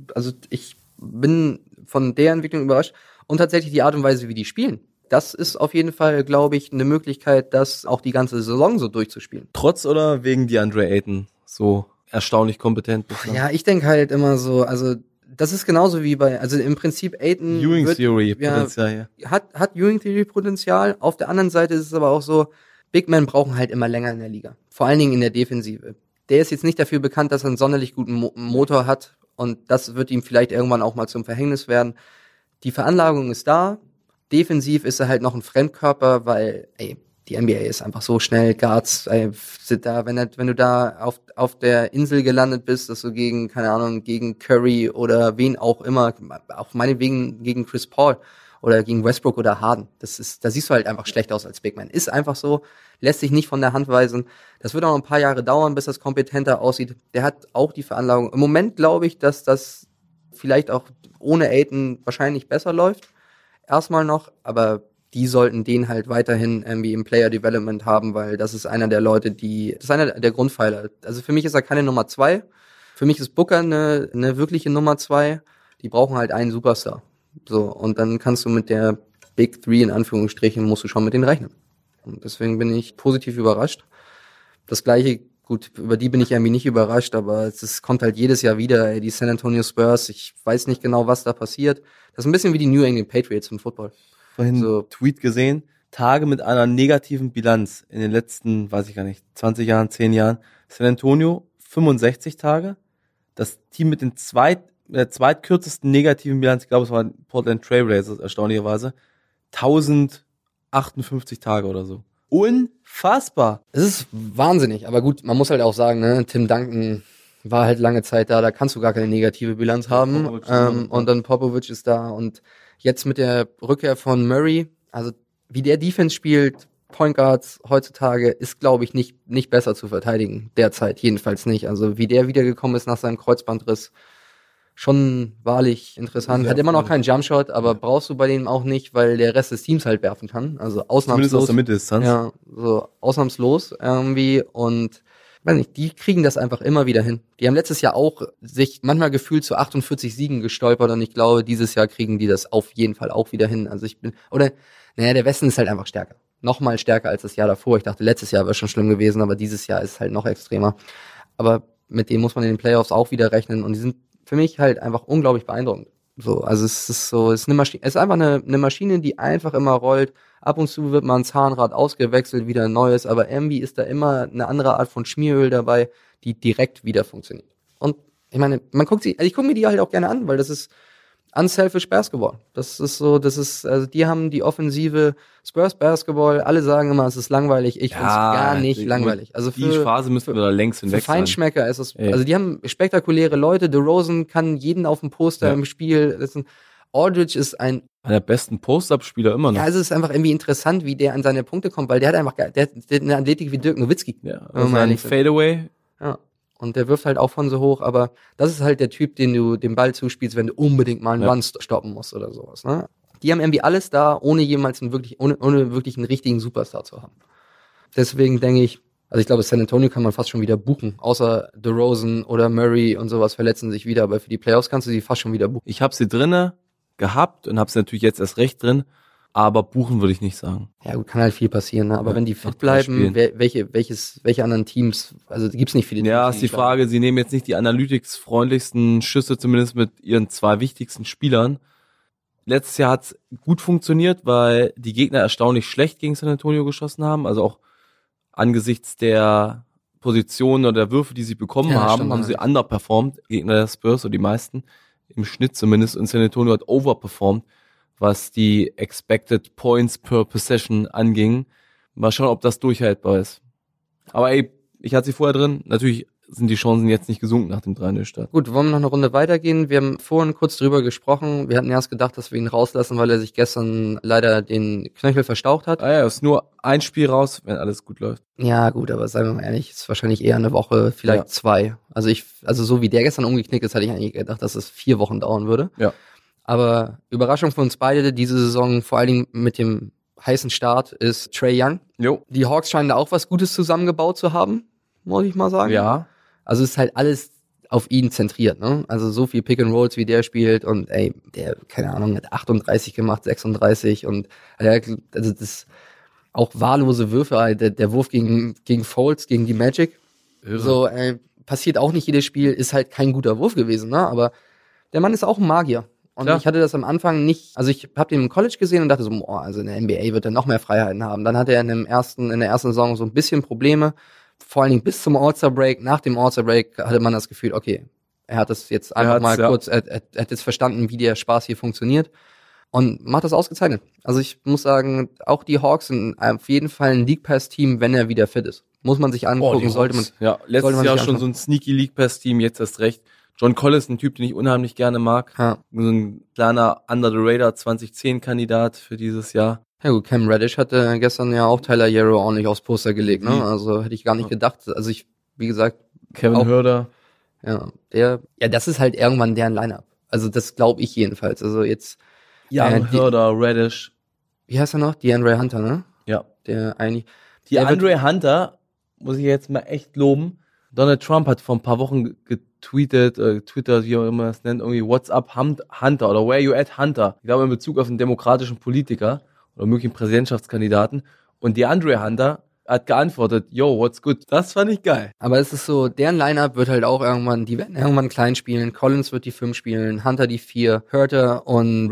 ich bin von der Entwicklung überrascht und tatsächlich die Art und Weise, wie die spielen. Das ist auf jeden Fall, glaube ich, eine Möglichkeit, das auch die ganze Saison so durchzuspielen. Trotz oder wegen DeAndre Ayton so erstaunlich kompetent? Ja, ich denke halt immer so, also das ist genauso wie also im Prinzip Ayton Ewing Theory Potenzial, hat Ewing Theory Potenzial. Auf der anderen Seite ist es aber auch so, Big Men brauchen halt immer länger in der Liga. Vor allen Dingen in der Defensive. Der ist jetzt nicht dafür bekannt, dass er einen sonderlich guten Motor hat und das wird ihm vielleicht irgendwann auch mal zum Verhängnis werden. Die Veranlagung ist da. Defensiv ist er halt noch ein Fremdkörper, weil, die NBA ist einfach so schnell, Guards sind da, wenn du da auf der Insel gelandet bist, dass du gegen Curry oder wen auch immer, auch meinetwegen gegen Chris Paul oder gegen Westbrook oder Harden, da siehst du halt einfach schlecht aus als Big Man. Ist einfach so, lässt sich nicht von der Hand weisen. Das wird auch noch ein paar Jahre dauern, bis das kompetenter aussieht. Der hat auch die Veranlagung. Im Moment glaube ich, dass das vielleicht auch ohne Ayton wahrscheinlich besser läuft. Erstmal noch, aber die sollten den halt weiterhin irgendwie im Player Development haben, weil das ist einer der Leute, das ist einer der Grundpfeiler. Also für mich ist er keine Nummer 2. Für mich ist Booker eine wirkliche Nummer 2. Die brauchen halt einen Superstar. So, und dann kannst du mit der Big 3 in Anführungsstrichen, musst du schon mit denen rechnen. Und deswegen bin ich positiv überrascht. Das Gleiche, gut, über die bin ich irgendwie nicht überrascht, aber es kommt halt jedes Jahr wieder, die San Antonio Spurs. Ich weiß nicht genau, was da passiert. Das ist ein bisschen wie die New England Patriots im Football. Vorhin so Tweet gesehen, Tage mit einer negativen Bilanz in den letzten, 20 Jahren, 10 Jahren. San Antonio 65 Tage. Das Team mit den zweitkürzesten negativen Bilanz, ich glaube, es war Portland Trail Blazers, erstaunlicherweise, 1058 Tage oder so. Unfassbar. Es ist wahnsinnig, aber gut, man muss halt auch sagen, ne, Tim Duncan war halt lange Zeit da kannst du gar keine negative Bilanz haben. Und dann Popovich ist da und jetzt mit der Rückkehr von Murray, also wie der Defense spielt, Point Guards heutzutage ist, glaube ich, nicht besser zu verteidigen. Derzeit jedenfalls nicht. Also wie der wiedergekommen ist nach seinem Kreuzbandriss, schon wahrlich interessant. Hat immer noch keinen Jumpshot, aber brauchst du bei denen auch nicht, weil der Rest des Teams halt werfen kann. Also ausnahmslos. Zumindest aus der Mitteldistanz. Ja, so ausnahmslos irgendwie und weiß nicht, die kriegen das einfach immer wieder hin. Die haben letztes Jahr auch sich manchmal gefühlt zu 48 Siegen gestolpert und ich glaube, dieses Jahr kriegen die das auf jeden Fall auch wieder hin. Also der Westen ist halt einfach stärker. Nochmal stärker als das Jahr davor. Ich dachte, letztes Jahr wäre schon schlimm gewesen, aber dieses Jahr ist es halt noch extremer. Aber mit denen muss man in den Playoffs auch wieder rechnen und die sind für mich halt einfach unglaublich beeindruckend. So, also es ist eine Maschine, es ist einfach eine Maschine, die einfach immer rollt. Ab und zu wird mal ein Zahnrad ausgewechselt, wieder ein neues, aber irgendwie ist da immer eine andere Art von Schmieröl dabei, die direkt wieder funktioniert. Und ich meine, ich gucke mir die halt auch gerne an, weil das ist unselfish Basketball. Also die haben die offensive Spurs Basketball, alle sagen immer, es ist langweilig, ich find's gar nicht langweilig. Also die Phase müssen wir da längst hinweg sein. Feinschmecker ist es, also die haben spektakuläre Leute, DeRozan kann jeden auf dem Poster im Spiel, Aldridge ist einer der besten Post-Up-Spieler immer noch. Ja, also es ist einfach irgendwie interessant, wie der an seine Punkte kommt, weil der hat eine Athletik wie Dirk Nowitzki. Ja, also ein Fadeaway. Ja. Und der wirft halt auch von so hoch, aber das ist halt der Typ, den du dem Ball zuspielst, wenn du unbedingt mal einen Run stoppen musst oder sowas, ne? Die haben irgendwie alles da, ohne jemals ohne wirklich einen richtigen Superstar zu haben. Deswegen denke ich, also ich glaube, San Antonio kann man fast schon wieder buchen, außer DeRozan oder Murray und sowas verletzen sich wieder, aber für die Playoffs kannst du sie fast schon wieder buchen. Ich habe sie drinne gehabt und habe sie natürlich jetzt erst recht drin aber buchen würde ich nicht sagen. Ja gut, kann halt viel passieren, ne? Aber wenn die fit bleiben, welche anderen Teams, also gibt's nicht viele Teams. Ja, ist die Frage, sie nehmen jetzt nicht die analytics-freundlichsten Schüsse, zumindest mit ihren 2 wichtigsten Spielern. Letztes Jahr hat's gut funktioniert, weil die Gegner erstaunlich schlecht gegen San Antonio geschossen haben, also auch angesichts der Positionen oder der Würfe, die sie bekommen haben sie underperformed, Gegner der Spurs oder die meisten, im Schnitt zumindest, und San Antonio hat overperformed, was die Expected Points per Possession anging. Mal schauen, ob das durchhaltbar ist. Aber ey, ich hatte sie vorher drin, natürlich sind die Chancen jetzt nicht gesunken nach dem 3-0-Start. Gut, wollen wir noch eine Runde weitergehen? Wir haben vorhin kurz drüber gesprochen. Wir hatten erst gedacht, dass wir ihn rauslassen, weil er sich gestern leider den Knöchel verstaucht hat. Ah ja, ist nur ein Spiel raus, wenn alles gut läuft. Ja, gut, aber seien wir mal ehrlich, ist wahrscheinlich eher eine Woche, vielleicht 2. Also so wie der gestern umgeknickt ist, hatte ich eigentlich gedacht, dass es 4 Wochen dauern würde. Ja. Aber Überraschung für uns beide diese Saison, vor allen Dingen mit dem heißen Start, ist Trae Young. Jo. Die Hawks scheinen da auch was Gutes zusammengebaut zu haben, muss ich mal sagen. Ja. Also es ist halt alles auf ihn zentriert, ne? Also so viel Pick and Rolls, wie der spielt und der, keine Ahnung, hat 38 gemacht, 36 und also das auch wahllose Würfe, der Wurf gegen Fultz, gegen die Magic. Irre. So, passiert auch nicht jedes Spiel, ist halt kein guter Wurf gewesen, ne? Aber der Mann ist auch ein Magier. Und ich hatte das am Anfang nicht, also ich habe den im College gesehen und dachte so, also in der NBA wird er noch mehr Freiheiten haben. Dann hatte er in der ersten Saison so ein bisschen Probleme, vor allen Dingen bis zum All-Star-Break. Nach dem All-Star-Break hatte man das Gefühl, okay, er hat das jetzt einfach mal kurz, er hat jetzt verstanden, wie der Spaß hier funktioniert und macht das ausgezeichnet. Also ich muss sagen, auch die Hawks sind auf jeden Fall ein League Pass-Team, wenn er wieder fit ist. Muss man sich angucken, sollte man. Ja, letztes Jahr schon so ein sneaky League Pass-Team, jetzt erst recht. John Collins, ein Typ, den ich unheimlich gerne mag. Ja. So ein kleiner Under-the-Radar 2010-Kandidat für dieses Jahr. Ja gut, Cam Reddish hatte gestern ja auch Tyler Hero ordentlich aufs Poster gelegt, ne? Also hätte ich gar nicht gedacht. Also wie gesagt, Kevin Huerter. Ja, das ist halt irgendwann deren Line-Up. Also das glaube ich jedenfalls. Also jetzt. Ja, Huerter, Reddish. Wie heißt er noch? DeAndre Hunter, ne? Ja. Der eigentlich. DeAndre Hunter, muss ich jetzt mal echt loben. Donald Trump hat vor ein paar Wochen getweetet, Twitter, wie auch immer das nennt, irgendwie What's up Hunter oder Where you at Hunter. Ich glaube in Bezug auf einen demokratischen Politiker oder möglichen Präsidentschaftskandidaten. Und DeAndre Hunter hat geantwortet, yo, what's good? Das fand ich geil. Aber es ist so, deren Line-Up wird halt auch die werden irgendwann klein spielen. Collins wird die 5 spielen, Hunter die 4, Huerter und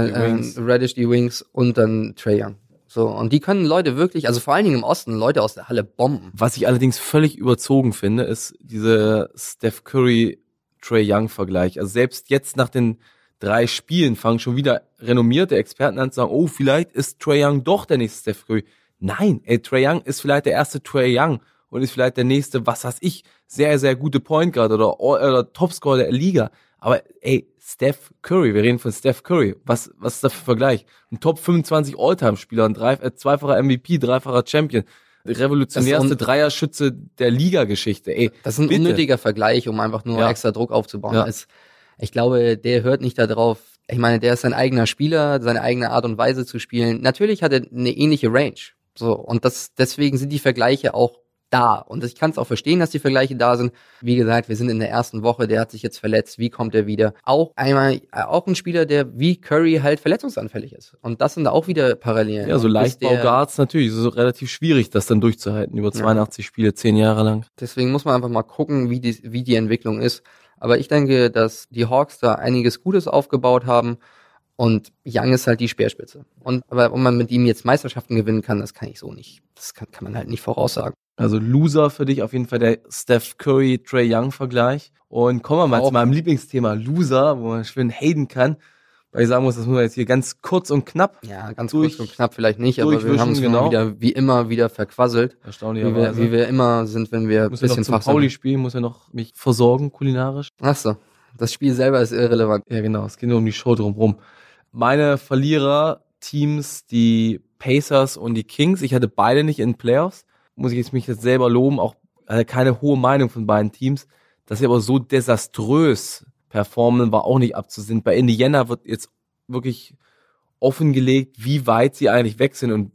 Reddish die Wings und dann Trae Young. So, und die können Leute wirklich, also vor allen Dingen im Osten, Leute aus der Halle bomben. Was ich allerdings völlig überzogen finde, ist diese Steph Curry-Trae Young-Vergleich. Also selbst jetzt nach den 3 Spielen fangen schon wieder renommierte Experten an zu sagen, oh, vielleicht ist Trae Young doch der nächste Steph Curry. Nein, Trae Young ist vielleicht der erste Trae Young und ist vielleicht der nächste, was weiß ich, sehr, sehr gute Point Guard oder Topscorer der Liga. Aber Steph Curry, wir reden von Steph Curry. Was ist das für ein Vergleich? Ein Top 25 All-Time-Spieler, ein zweifacher MVP, 3-facher Champion, revolutionärste Dreierschütze der Liga-Geschichte. Das ist ein unnötiger Vergleich, um einfach nur extra Druck aufzubauen. Ja. Ich glaube, der hört nicht darauf. Ich meine, der ist sein eigener Spieler, seine eigene Art und Weise zu spielen. Natürlich hat er eine ähnliche Range. So, und deswegen sind die Vergleiche auch da. Und ich kann es auch verstehen, dass die Vergleiche da sind. Wie gesagt, wir sind in der ersten Woche, der hat sich jetzt verletzt. Wie kommt er wieder? Auch ein Spieler, der wie Curry halt verletzungsanfällig ist. Und das sind auch wieder Parallelen. Ja, so Leichtbau-Guards natürlich. So relativ schwierig, das dann durchzuhalten über 82 Spiele, 10 Jahre lang. Deswegen muss man einfach mal gucken, wie die Entwicklung ist. Aber ich denke, dass die Hawks da einiges Gutes aufgebaut haben. Und Young ist halt die Speerspitze. Aber ob man mit ihm jetzt Meisterschaften gewinnen kann, das kann ich so nicht. Das kann man halt nicht voraussagen. Also Loser für dich auf jeden Fall der Steph Curry-Trae Young-Vergleich. Und kommen wir mal zu meinem Lieblingsthema Loser, wo man schön haten kann. Weil ich sagen muss, das müssen wir jetzt hier ganz kurz und knapp. Ja, ganz kurz und knapp vielleicht nicht, aber wir haben es wieder verquasselt. Erstaunlicherweise. Wie wir immer sind, wenn wir ein bisschen zum Pauli-Spiel, muss ja noch mich versorgen kulinarisch. Ach so, das Spiel selber ist irrelevant. Ja genau, es geht nur um die Show drumherum. Meine Verlierer-Teams, die Pacers und die Kings, ich hatte beide nicht in Playoffs. Muss ich mich jetzt selber loben, auch keine hohe Meinung von beiden Teams. Dass sie aber so desaströs performen, war auch nicht abzusehen. Bei Indiana wird jetzt wirklich offengelegt, wie weit sie eigentlich weg sind und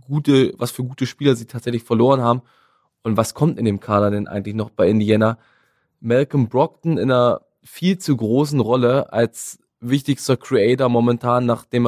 was für gute Spieler sie tatsächlich verloren haben. Und was kommt in dem Kader denn eigentlich noch bei Indiana? Malcolm Brogdon in einer viel zu großen Rolle als wichtigster Creator momentan, nachdem er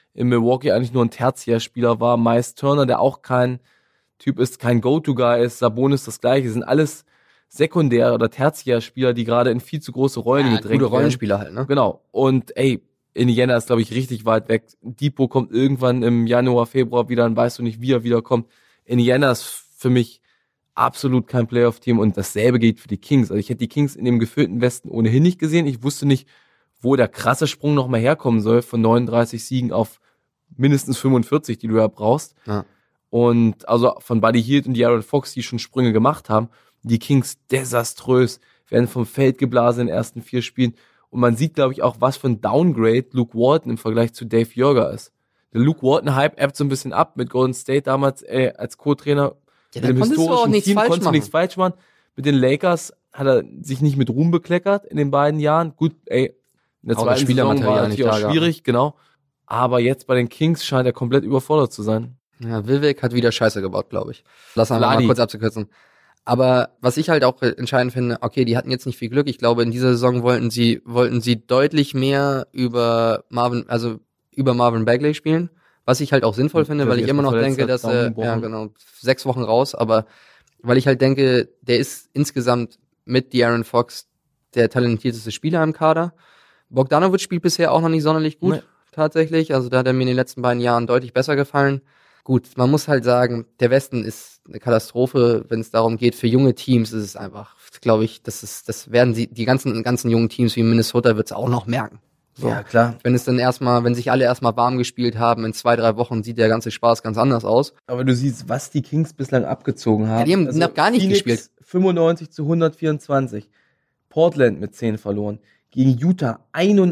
in Milwaukee eigentlich nur ein Tertiärspieler war. Miles Turner, der auch kein Typ ist, kein Go-To-Guy ist. Sabonis das Gleiche. Das sind alles Sekundär- oder Tertiärspieler, die gerade in viel zu große Rollen gedrängt werden. Gute Rollenspieler halt, ne? Genau. Und Indiana ist, glaube ich, richtig weit weg. Depot kommt irgendwann im Januar, Februar wieder, dann weißt du nicht, wie er wiederkommt. Indiana ist für mich absolut kein Playoff-Team und dasselbe gilt für die Kings. Also ich hätte die Kings in dem gefüllten Westen ohnehin nicht gesehen. Ich wusste nicht, wo der krasse Sprung noch mal herkommen soll von 39 Siegen auf mindestens 45, die du ja brauchst. Ja. Und also von Buddy Hield und De'Aaron Fox, die schon Sprünge gemacht haben, die Kings desaströs, werden vom Feld geblasen in den ersten 4 Spielen. Und man sieht, glaube ich, auch, was für ein Downgrade Luke Walton im Vergleich zu Dave Joerger ist. Der Luke Walton-Hype ebbt so ein bisschen ab mit Golden State damals als Co-Trainer. Ja, mit dem historischen Team konntest du nichts falsch machen. Mit den Lakers hat er sich nicht mit Ruhm bekleckert in den beiden Jahren. Gut, in der zweiten Saison war natürlich auch schwierig, genau. Aber jetzt bei den Kings scheint er komplett überfordert zu sein. Ja, Vivek hat wieder Scheiße gebaut, glaube ich. Lass einfach mal kurz abzukürzen. Aber was ich halt auch entscheidend finde, okay, die hatten jetzt nicht viel Glück. Ich glaube, in dieser Saison wollten sie deutlich mehr über Marvin Bagley spielen. Was ich halt auch sinnvoll finde, weil ich immer noch denke, dass er, 6 Wochen raus, aber weil ich halt denke, der ist insgesamt mit De'Aaron Fox der talentierteste Spieler im Kader. Bogdanovic spielt bisher auch noch nicht sonderlich gut, tatsächlich. Also da hat er mir in den letzten beiden Jahren deutlich besser gefallen. Gut, man muss halt sagen, der Westen ist eine Katastrophe, wenn es darum geht, für junge Teams ist es einfach, glaube ich, das werden die ganzen jungen Teams wie Minnesota wird es auch noch merken. So. Ja, klar. Wenn sich alle erstmal warm gespielt haben, in 2-3 Wochen sieht der ganze Spaß ganz anders aus. Aber du siehst, was die Kings bislang abgezogen haben. Ja, die haben noch gar nicht Phoenix gespielt. 95-124. Portland mit 10 verloren. Gegen Utah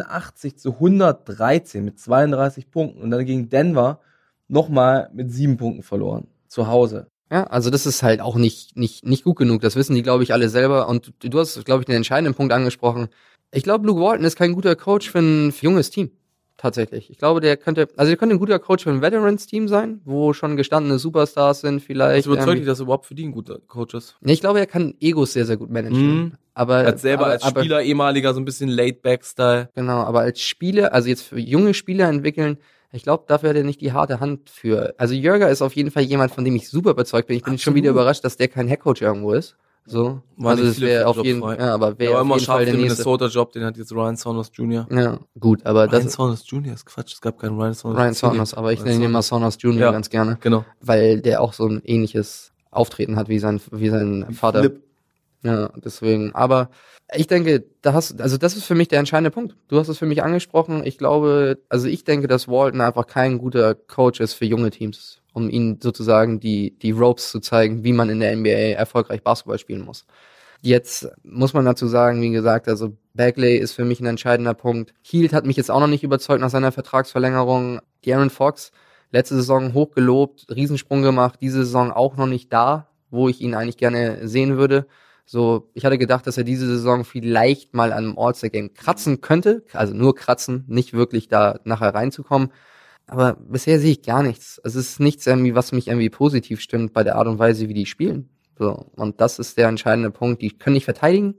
81-113 mit 32 Punkten. Und dann gegen Denver nochmal mit 7 Punkten verloren. Zu Hause. Ja, also das ist halt auch nicht gut genug. Das wissen die, glaube ich, alle selber. Und du hast, glaube ich, den entscheidenden Punkt angesprochen. Ich glaube, Luke Walton ist kein guter Coach für ein junges Team. Tatsächlich. Ich glaube, der könnte ein guter Coach für ein Veterans-Team sein, wo schon gestandene Superstars sind vielleicht. Was überzeugt dich, dass überhaupt für die ein guter Coach ist? Ich glaube, er kann Egos sehr, sehr gut managen. Aber er hat selber als Spieler ehemaliger so ein bisschen Laid-Back-Style. Genau, aber als Spieler, also jetzt für junge Spieler entwickeln, ich glaube, dafür hat er nicht die harte Hand für. Also Joerger ist auf jeden Fall jemand, von dem ich super überzeugt bin. Ich bin schon wieder überrascht, dass der kein Headcoach irgendwo ist. So, also das wäre auf jeden Fall. Ja, aber wäre auf jeden Fall der nächste. Minnesota-Job, den hat jetzt Ryan Saunders Jr. Ja, gut, aber Ryan Saunders Jr. ist Quatsch, es gab keinen Ryan Saunders. Ryan Saunders, aber ich nenne ihn mal Saunders Jr. ganz gerne. Genau. Weil der auch so ein ähnliches Auftreten hat wie sein Vater. Flip. Ja, deswegen. Aber ich denke, das ist für mich der entscheidende Punkt. Du hast es für mich angesprochen. Ich denke, dass Walton einfach kein guter Coach ist für junge Teams, um ihnen sozusagen die Ropes zu zeigen, wie man in der NBA erfolgreich Basketball spielen muss. Jetzt muss man dazu sagen, wie gesagt, also Bagley ist für mich ein entscheidender Punkt. Hield hat mich jetzt auch noch nicht überzeugt nach seiner Vertragsverlängerung. De'Aaron Fox, letzte Saison hochgelobt, Riesensprung gemacht, diese Saison auch noch nicht da, wo ich ihn eigentlich gerne sehen würde. So, ich hatte gedacht, dass er diese Saison vielleicht mal an einem All-Star-Game kratzen könnte. Also nur kratzen, nicht wirklich da nachher reinzukommen. Aber bisher sehe ich gar nichts. Es ist nichts irgendwie, was mich irgendwie positiv stimmt bei der Art und Weise, wie die spielen. So, und das ist der entscheidende Punkt. Die können nicht verteidigen.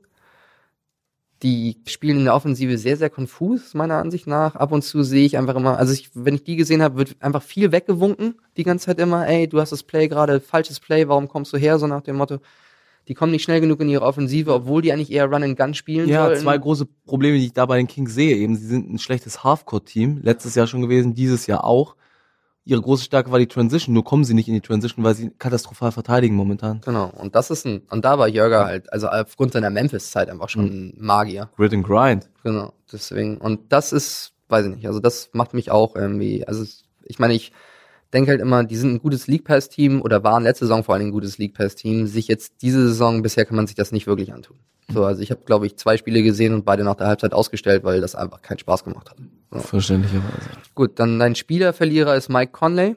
Die spielen in der Offensive sehr, sehr konfus, meiner Ansicht nach. Ab und zu sehe ich einfach immer, wenn ich die gesehen habe, wird einfach viel weggewunken. Die ganze Zeit immer, ey, du hast das Play gerade, falsches Play, warum kommst du her? So nach dem Motto. Die kommen nicht schnell genug in ihre Offensive, obwohl die eigentlich eher Run and Gun spielen sollten. Ja, 2 große Probleme, die ich da bei den Kings sehe. Eben, sie sind ein schlechtes Halfcourt-Team. Letztes Jahr schon gewesen, dieses Jahr auch. Ihre große Stärke war die Transition, nur kommen sie nicht in die Transition, weil sie katastrophal verteidigen momentan. Genau, und da war Joerger halt, also aufgrund seiner Memphis-Zeit einfach schon ein Magier. Grit and Grind. Genau, deswegen. Und das ist, weiß ich nicht, also das macht mich auch irgendwie, also ich meine, ich denke halt immer, die sind ein gutes League Pass Team oder waren letzte Saison vor allem ein gutes League Pass Team. Sich jetzt diese Saison, bisher kann man sich das nicht wirklich antun. So, also ich habe, glaube ich, 2 Spiele gesehen und beide nach der Halbzeit ausgestellt, weil das einfach keinen Spaß gemacht hat. So. Verständlicherweise. Gut, dann dein Spielerverlierer ist Mike Conley.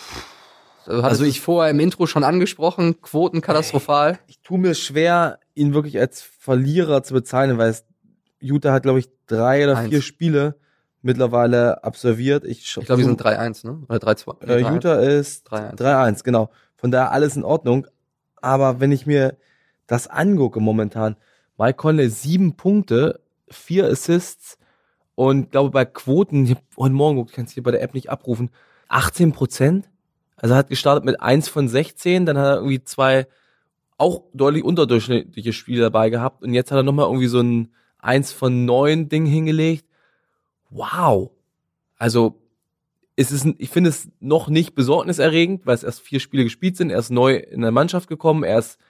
Also ich vorher im Intro schon angesprochen, Quoten katastrophal. Ich tue mir schwer, ihn wirklich als Verlierer zu bezeichnen, weil Utah hat, glaube ich, 3 oder 4 Spiele mittlerweile absolviert. Ich glaube, wir sind 3-1, ne? Oder 3-2. Utah ist 3-1, genau. Von daher alles in Ordnung. Aber wenn ich mir das angucke momentan, Mike Conley 7 Punkte, 4 Assists Und ich glaube, bei Quoten, ich habe heute Morgen geguckt, ich kann es hier bei der App nicht abrufen, 18%. Also er hat gestartet mit 1 von 16, dann hat er irgendwie 2 auch deutlich unterdurchschnittliche Spiele dabei gehabt und jetzt hat er nochmal irgendwie so ein 1 von 9 Ding hingelegt. Wow. Also ich finde es noch nicht besorgniserregend, weil es erst 4 Spiele gespielt sind, er ist neu in der Mannschaft gekommen,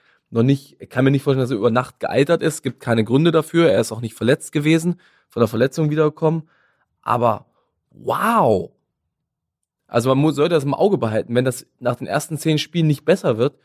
ich kann mir nicht vorstellen, dass er über Nacht gealtert ist, es gibt keine Gründe dafür, er ist auch nicht verletzt gewesen, von der Verletzung wiedergekommen, aber wow. Also man sollte das im Auge behalten, wenn das nach den ersten 10 Spielen nicht besser wird,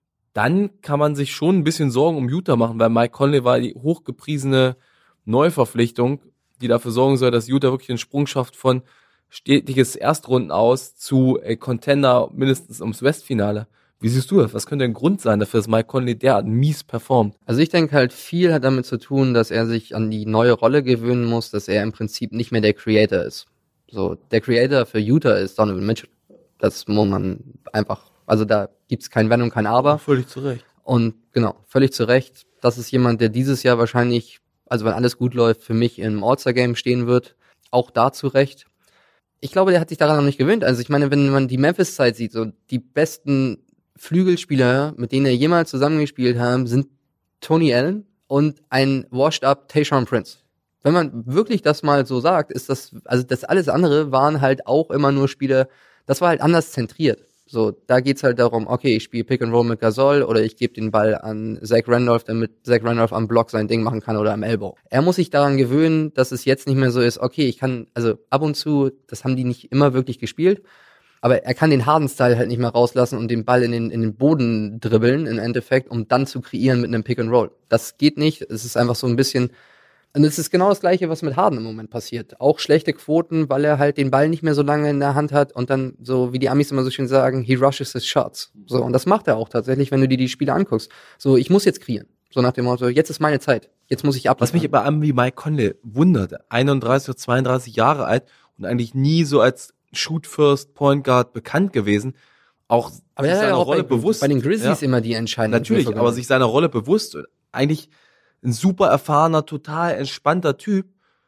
dann kann man sich schon ein bisschen Sorgen um Utah machen, weil Mike Conley war die hochgepriesene Neuverpflichtung, die dafür sorgen soll, dass Utah wirklich einen Sprung schafft von stetiges Erstrunden aus zu Contender mindestens ums Westfinale. Wie siehst du das? Was könnte ein Grund sein dafür, dass Mike Conley derart mies performt? Also ich denke halt, viel hat damit zu tun, dass er sich an die neue Rolle gewöhnen muss, dass er im Prinzip nicht mehr der Creator ist. So, der Creator für Utah ist Donovan Mitchell. Das muss man einfach, also da gibt's kein Wenn und kein Aber. Völlig zu Recht. Und genau, völlig zu Recht. Das ist jemand, der dieses Jahr wahrscheinlich, also wenn alles gut läuft, für mich im All-Star-Game stehen wird. Auch da zu Recht. Ich glaube, der hat sich daran noch nicht gewöhnt. Also ich meine, wenn man die Memphis-Zeit sieht, so die besten Flügelspieler, mit denen er jemals zusammengespielt hat, sind Tony Allen und ein washed-up Tayshaun Prince. Wenn man wirklich das mal so sagt, ist das, also das alles andere waren halt auch immer nur Spiele, das war halt anders zentriert. So, da geht's halt darum, okay, ich spiele Pick and Roll mit Gasol oder ich gebe den Ball an Zach Randolph, damit Zach Randolph am Block sein Ding machen kann oder am Elbow. Er muss sich daran gewöhnen, dass es jetzt nicht mehr so ist, okay, ich kann, also ab und zu, das haben die nicht immer wirklich gespielt, aber er kann den Harden-Style halt nicht mehr rauslassen und den Ball in den Boden dribbeln, im Endeffekt, um dann zu kreieren mit einem Pick and Roll. Das geht nicht, es ist einfach so ein bisschen. Und es ist genau das Gleiche, was mit Harden im Moment passiert. Auch schlechte Quoten, weil er halt den Ball nicht mehr so lange in der Hand hat und dann, so wie die Amis immer so schön sagen, he rushes his shots. So, und das macht er auch tatsächlich, wenn du dir die Spiele anguckst. So, ich muss jetzt kreieren. So nach dem Motto, jetzt ist meine Zeit. Jetzt muss ich abliefern. Was mich bei einem wie Mike Conley wundert, 31 oder 32 Jahre alt und eigentlich nie so als Shoot-First Point Guard bekannt gewesen. Auch aber sich seiner auch Rolle bewusst. Bei den Grizzlies immer die entscheidenden. Natürlich, aber sich seiner Rolle bewusst und eigentlich ein super erfahrener, total entspannter Typ,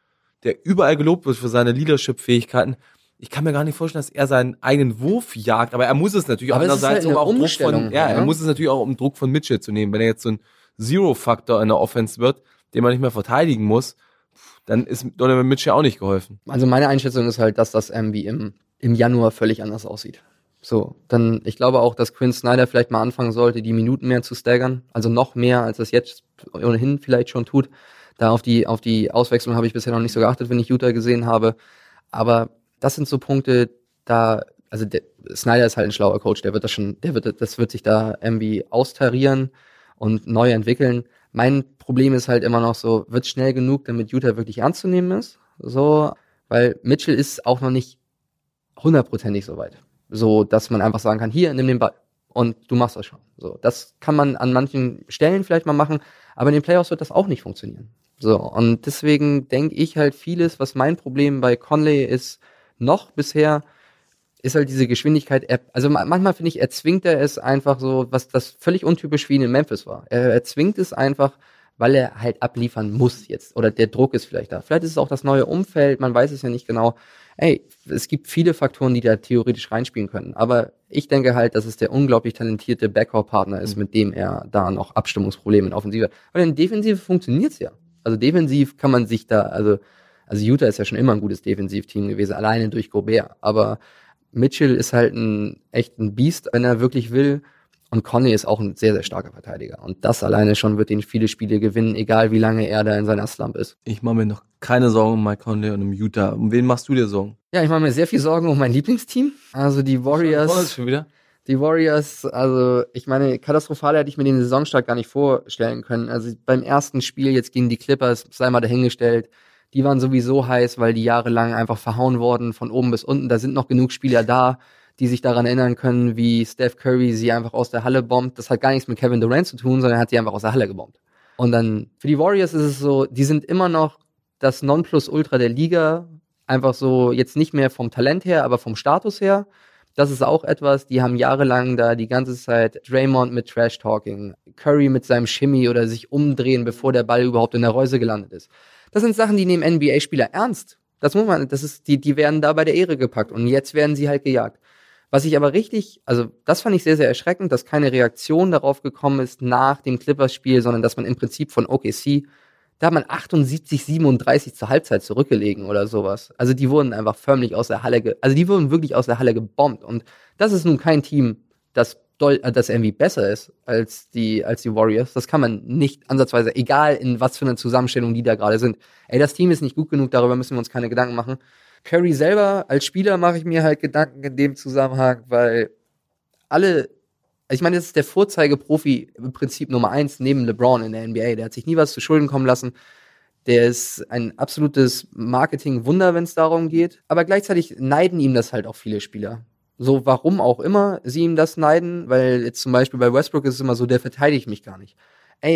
der überall gelobt wird für seine Leadership-Fähigkeiten. Ich kann mir gar nicht vorstellen, dass er seinen eigenen Wurf jagt, aber er muss es natürlich auch andererseits halt auch Druck von, er muss es natürlich auch um Druck von Mitchell zu nehmen. Wenn er jetzt so ein Zero-Faktor in der Offense wird, den man nicht mehr verteidigen muss, dann ist Donovan Mitchell auch nicht geholfen. Also meine Einschätzung ist halt, dass das irgendwie im Januar völlig anders aussieht. So, dann, ich glaube auch, dass Quinn Snyder vielleicht mal anfangen sollte, die Minuten mehr zu staggern. Also noch mehr, als es jetzt ohnehin vielleicht schon tut. Da auf die Auswechslung habe ich bisher noch nicht so geachtet, wenn ich Utah gesehen habe. Aber das sind so Punkte, also Snyder ist halt ein schlauer Coach, das wird sich da irgendwie austarieren und neu entwickeln. Mein Problem ist halt immer noch so, wird schnell genug, damit Utah wirklich ernst zu nehmen ist. So, weil Mitchell ist auch noch nicht 100%ig so weit. So, dass man einfach sagen kann, hier, nimm den Ball. Und du machst das schon. So, das kann man an manchen Stellen vielleicht mal machen, aber in den Playoffs wird das auch nicht funktionieren. So, und deswegen denke ich halt vieles, was mein Problem bei Conley ist, noch bisher, ist halt diese Geschwindigkeit. Also manchmal finde ich, erzwingt er es einfach so, was das völlig untypisch wie in Memphis war. Er erzwingt es einfach, weil er halt abliefern muss jetzt. Oder der Druck ist vielleicht da. Vielleicht ist es auch das neue Umfeld, man weiß es ja nicht genau. Es gibt viele Faktoren, die da theoretisch reinspielen können. Aber ich denke halt, dass es der unglaublich talentierte Backcourt-Partner ist, mit dem er da noch Abstimmungsprobleme in Offensive hat. Weil in Defensive funktioniert's ja. Also defensiv kann man sich da, also Utah ist ja schon immer ein gutes Defensivteam gewesen, alleine durch Gobert. Aber Mitchell ist halt echt ein Biest, wenn er wirklich will. Und Conley ist auch ein sehr, sehr starker Verteidiger. Und das alleine schon wird ihn viele Spiele gewinnen, egal wie lange er da in seiner Slump ist. Ich mache mir noch keine Sorgen um Mike Conley und um Utah. Um wen machst du dir Sorgen? Ja, ich mache mir sehr viel Sorgen um mein Lieblingsteam. Also die Warriors. Schon wieder? Die Warriors, also ich meine, katastrophal hätte ich mir den Saisonstart gar nicht vorstellen können. Also beim ersten Spiel jetzt gegen die Clippers, sei mal dahingestellt, die waren sowieso heiß, weil die jahrelang einfach verhauen wurden von oben bis unten. Da sind noch genug Spieler da, die sich daran erinnern können, wie Steph Curry sie einfach aus der Halle bombt. Das hat gar nichts mit Kevin Durant zu tun, sondern er hat sie einfach aus der Halle gebombt. Und dann für die Warriors ist es so, die sind immer noch das Nonplusultra der Liga, einfach so jetzt nicht mehr vom Talent her, aber vom Status her. Das ist auch etwas, die haben jahrelang da die ganze Zeit Draymond mit Trash-Talking, Curry mit seinem Shimmy oder sich umdrehen, bevor der Ball überhaupt in der Reuse gelandet ist. Das sind Sachen, die nehmen NBA-Spieler ernst. Die werden da bei der Ehre gepackt und jetzt werden sie halt gejagt. Was ich aber das fand ich sehr, sehr erschreckend, dass keine Reaktion darauf gekommen ist nach dem Clippers-Spiel, sondern dass man im Prinzip von OKC, da hat man 78-37 zur Halbzeit zurückgelegen oder sowas. Also die wurden einfach förmlich die wurden wirklich aus der Halle gebombt. Und das ist nun kein Team, das irgendwie besser ist als die Warriors. Das kann man nicht ansatzweise, egal in was für einer Zusammenstellung die da gerade sind. Das Team ist nicht gut genug, darüber müssen wir uns keine Gedanken machen. Curry selber, als Spieler mache ich mir halt Gedanken in dem Zusammenhang, weil ich meine, das ist der Vorzeigeprofi im Prinzip Nummer 1 neben LeBron in der NBA. Der hat sich nie was zu Schulden kommen lassen. Der ist ein absolutes Marketing-Wunder, wenn es darum geht. Aber gleichzeitig neiden ihm das halt auch viele Spieler. So, warum auch immer sie ihm das neiden, weil jetzt zum Beispiel bei Westbrook ist es immer so, der verteidigt mich gar nicht.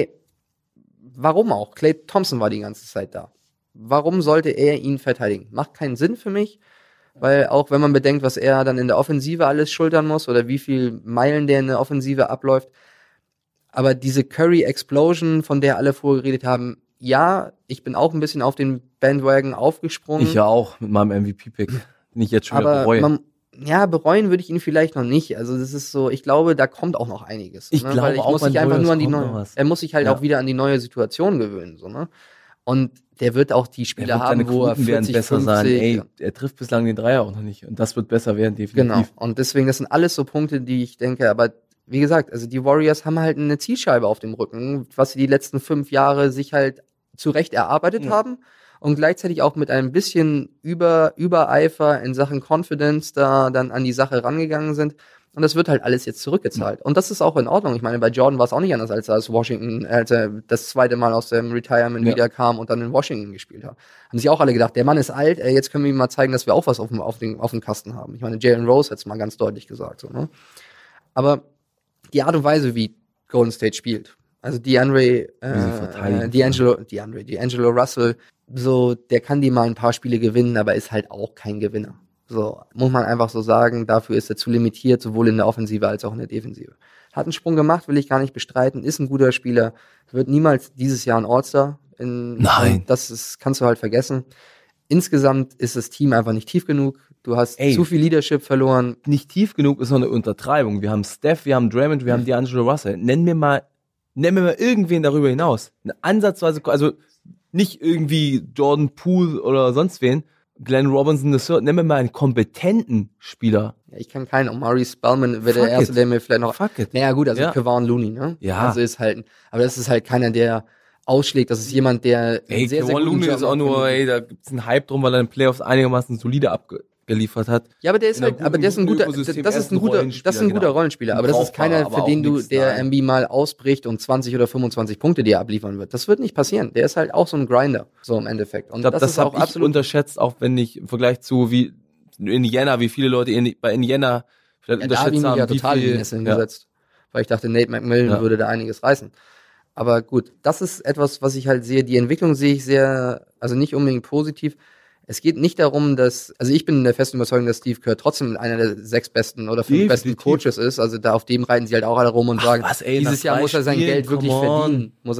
Warum auch? Klay Thompson war die ganze Zeit da. Warum sollte er ihn verteidigen? Macht keinen Sinn für mich, weil auch wenn man bedenkt, was er dann in der Offensive alles schultern muss oder wie viel Meilen der in der Offensive abläuft. Aber diese Curry-Explosion, von der alle vorher geredet haben, ja, ich bin auch ein bisschen auf den Bandwagon aufgesprungen. Ich ja auch mit meinem MVP-Pick. Nicht jetzt schon wieder bereuen. Bereuen würde ich ihn vielleicht noch nicht. Also das ist so, ich glaube, da kommt auch noch einiges. Ich glaube weil auch, muss sich einfach nur er muss sich halt auch wieder an die neue Situation gewöhnen. So, ne? Und der wird auch die Spieler haben, wo er 40, besser 50... sein. Er trifft bislang den Dreier auch noch nicht. Und das wird besser werden, definitiv. Genau. Und deswegen, das sind alles so Punkte, die ich denke, aber wie gesagt, also die Warriors haben halt eine Zielscheibe auf dem Rücken, was sie die letzten 5 Jahre sich halt zurecht erarbeitet haben und gleichzeitig auch mit ein bisschen Übereifer in Sachen Confidence da dann an die Sache rangegangen sind. Und das wird halt alles jetzt zurückgezahlt. Und das ist auch in Ordnung. Ich meine, bei Jordan war es auch nicht anders, als er das zweite Mal aus dem Retirement wiederkam und dann in Washington gespielt hat. Haben sich auch alle gedacht, der Mann ist alt, jetzt können wir ihm mal zeigen, dass wir auch was auf dem Kasten haben. Ich meine, Jalen Rose hat es mal ganz deutlich gesagt. So, ne? Aber die Art und Weise, wie Golden State spielt, also D'Angelo Russell, so, der kann die mal ein paar Spiele gewinnen, aber ist halt auch kein Gewinner. So, muss man einfach so sagen, dafür ist er zu limitiert, sowohl in der Offensive als auch in der Defensive. Hat einen Sprung gemacht, will ich gar nicht bestreiten, ist ein guter Spieler, wird niemals dieses Jahr ein All-Star. Nein. Kannst du halt vergessen. Insgesamt ist das Team einfach nicht tief genug. Du hast zu viel Leadership verloren. Nicht tief genug ist noch eine Untertreibung. Wir haben Steph, wir haben Draymond, wir haben D'Angelo Russell. Nenn mir mal irgendwen darüber hinaus. Eine Ansatzweise, also nicht irgendwie Jordan Poole oder sonst wen. Glenn Robinson III, nenn mir mal einen kompetenten Spieler. Ja, ich kann keinen. Omari Spellman wäre der Erste, der mir vielleicht noch... Naja gut, also Kevon Looney, ne? Ja. Also ist halt... Aber das ist halt keiner, der ausschlägt. Das ist jemand, der... Kevon Looney ist auch nur... da gibt's einen Hype drum, weil er in den Playoffs einigermaßen solide abgeliefert hat. Ja, aber der ist halt... Aber der ist ein guter... Das ist ein guter Rollenspieler. Aber das ist keiner, für den der irgendwie mal ausbricht und 20 oder 25 Punkte dir abliefern wird. Das wird nicht passieren. Der ist halt auch so ein Grinder. So im Endeffekt. Und das ist auch absolut unterschätzt, auch wenn ich im Vergleich zu wie Indiana, wie viele Leute bei Indiana vielleicht unterschätzt haben. Ja, total in die Nässe hingesetzt. Weil ich dachte, Nate McMillan würde da einiges reißen. Aber gut, das ist etwas, was ich halt sehe. Die Entwicklung sehe ich sehr, also nicht unbedingt positiv. Es geht nicht darum, also ich bin in der festen Überzeugung, dass Steve Kerr trotzdem einer der 6 besten oder 5 besten Coaches ist. Also da auf dem reiten sie halt auch alle rum und sagen, dieses Jahr muss er sein Geld wirklich verdienen. Muss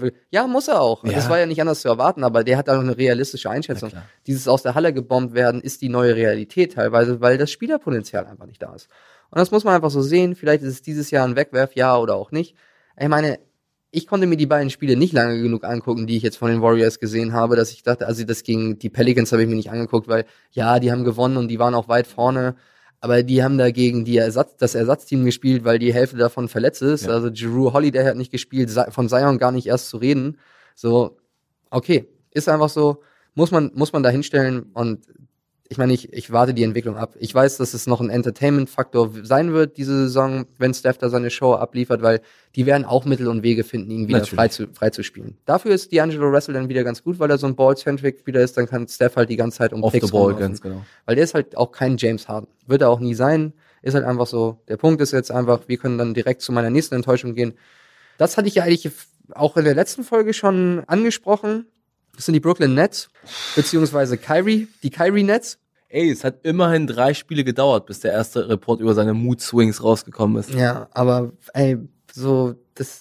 er auch. Ja. Das war ja nicht anders zu erwarten, aber der hat da noch eine realistische Einschätzung. Dieses aus der Halle gebombt werden ist die neue Realität teilweise, weil das Spielerpotenzial einfach nicht da ist. Und das muss man einfach so sehen. Vielleicht ist es dieses Jahr ein Wegwerfjahr oder auch nicht. Ich meine, ich konnte mir die beiden Spiele nicht lange genug angucken, die ich jetzt von den Warriors gesehen habe, dass ich dachte, also das gegen die Pelicans habe ich mir nicht angeguckt, weil ja, die haben gewonnen und die waren auch weit vorne, aber die haben da gegen das Ersatzteam gespielt, weil die Hälfte davon verletzt ist. Ja. Also Jrue Holiday hat nicht gespielt, von Zion gar nicht erst zu reden. So, okay, ist einfach so, muss man da hinstellen und ich meine, ich warte die Entwicklung ab. Ich weiß, dass es noch ein Entertainment-Faktor sein wird, diese Saison, wenn Steph da seine Show abliefert, weil die werden auch Mittel und Wege finden, ihn wieder frei zu spielen. Dafür ist D'Angelo Russell dann wieder ganz gut, weil er so ein Ball-Centric-Spieler ist, dann kann Steph halt die ganze Zeit Picks ganz genau. Weil der ist halt auch kein James Harden. Wird er auch nie sein. Ist halt einfach so. Der Punkt ist jetzt einfach, wir können dann direkt zu meiner nächsten Enttäuschung gehen. Das hatte ich ja eigentlich auch in der letzten Folge schon angesprochen. Das sind die Brooklyn Nets, beziehungsweise die Kyrie Nets. Es hat immerhin 3 Spiele gedauert, bis der erste Report über seine Mood Swings rausgekommen ist. Ja, aber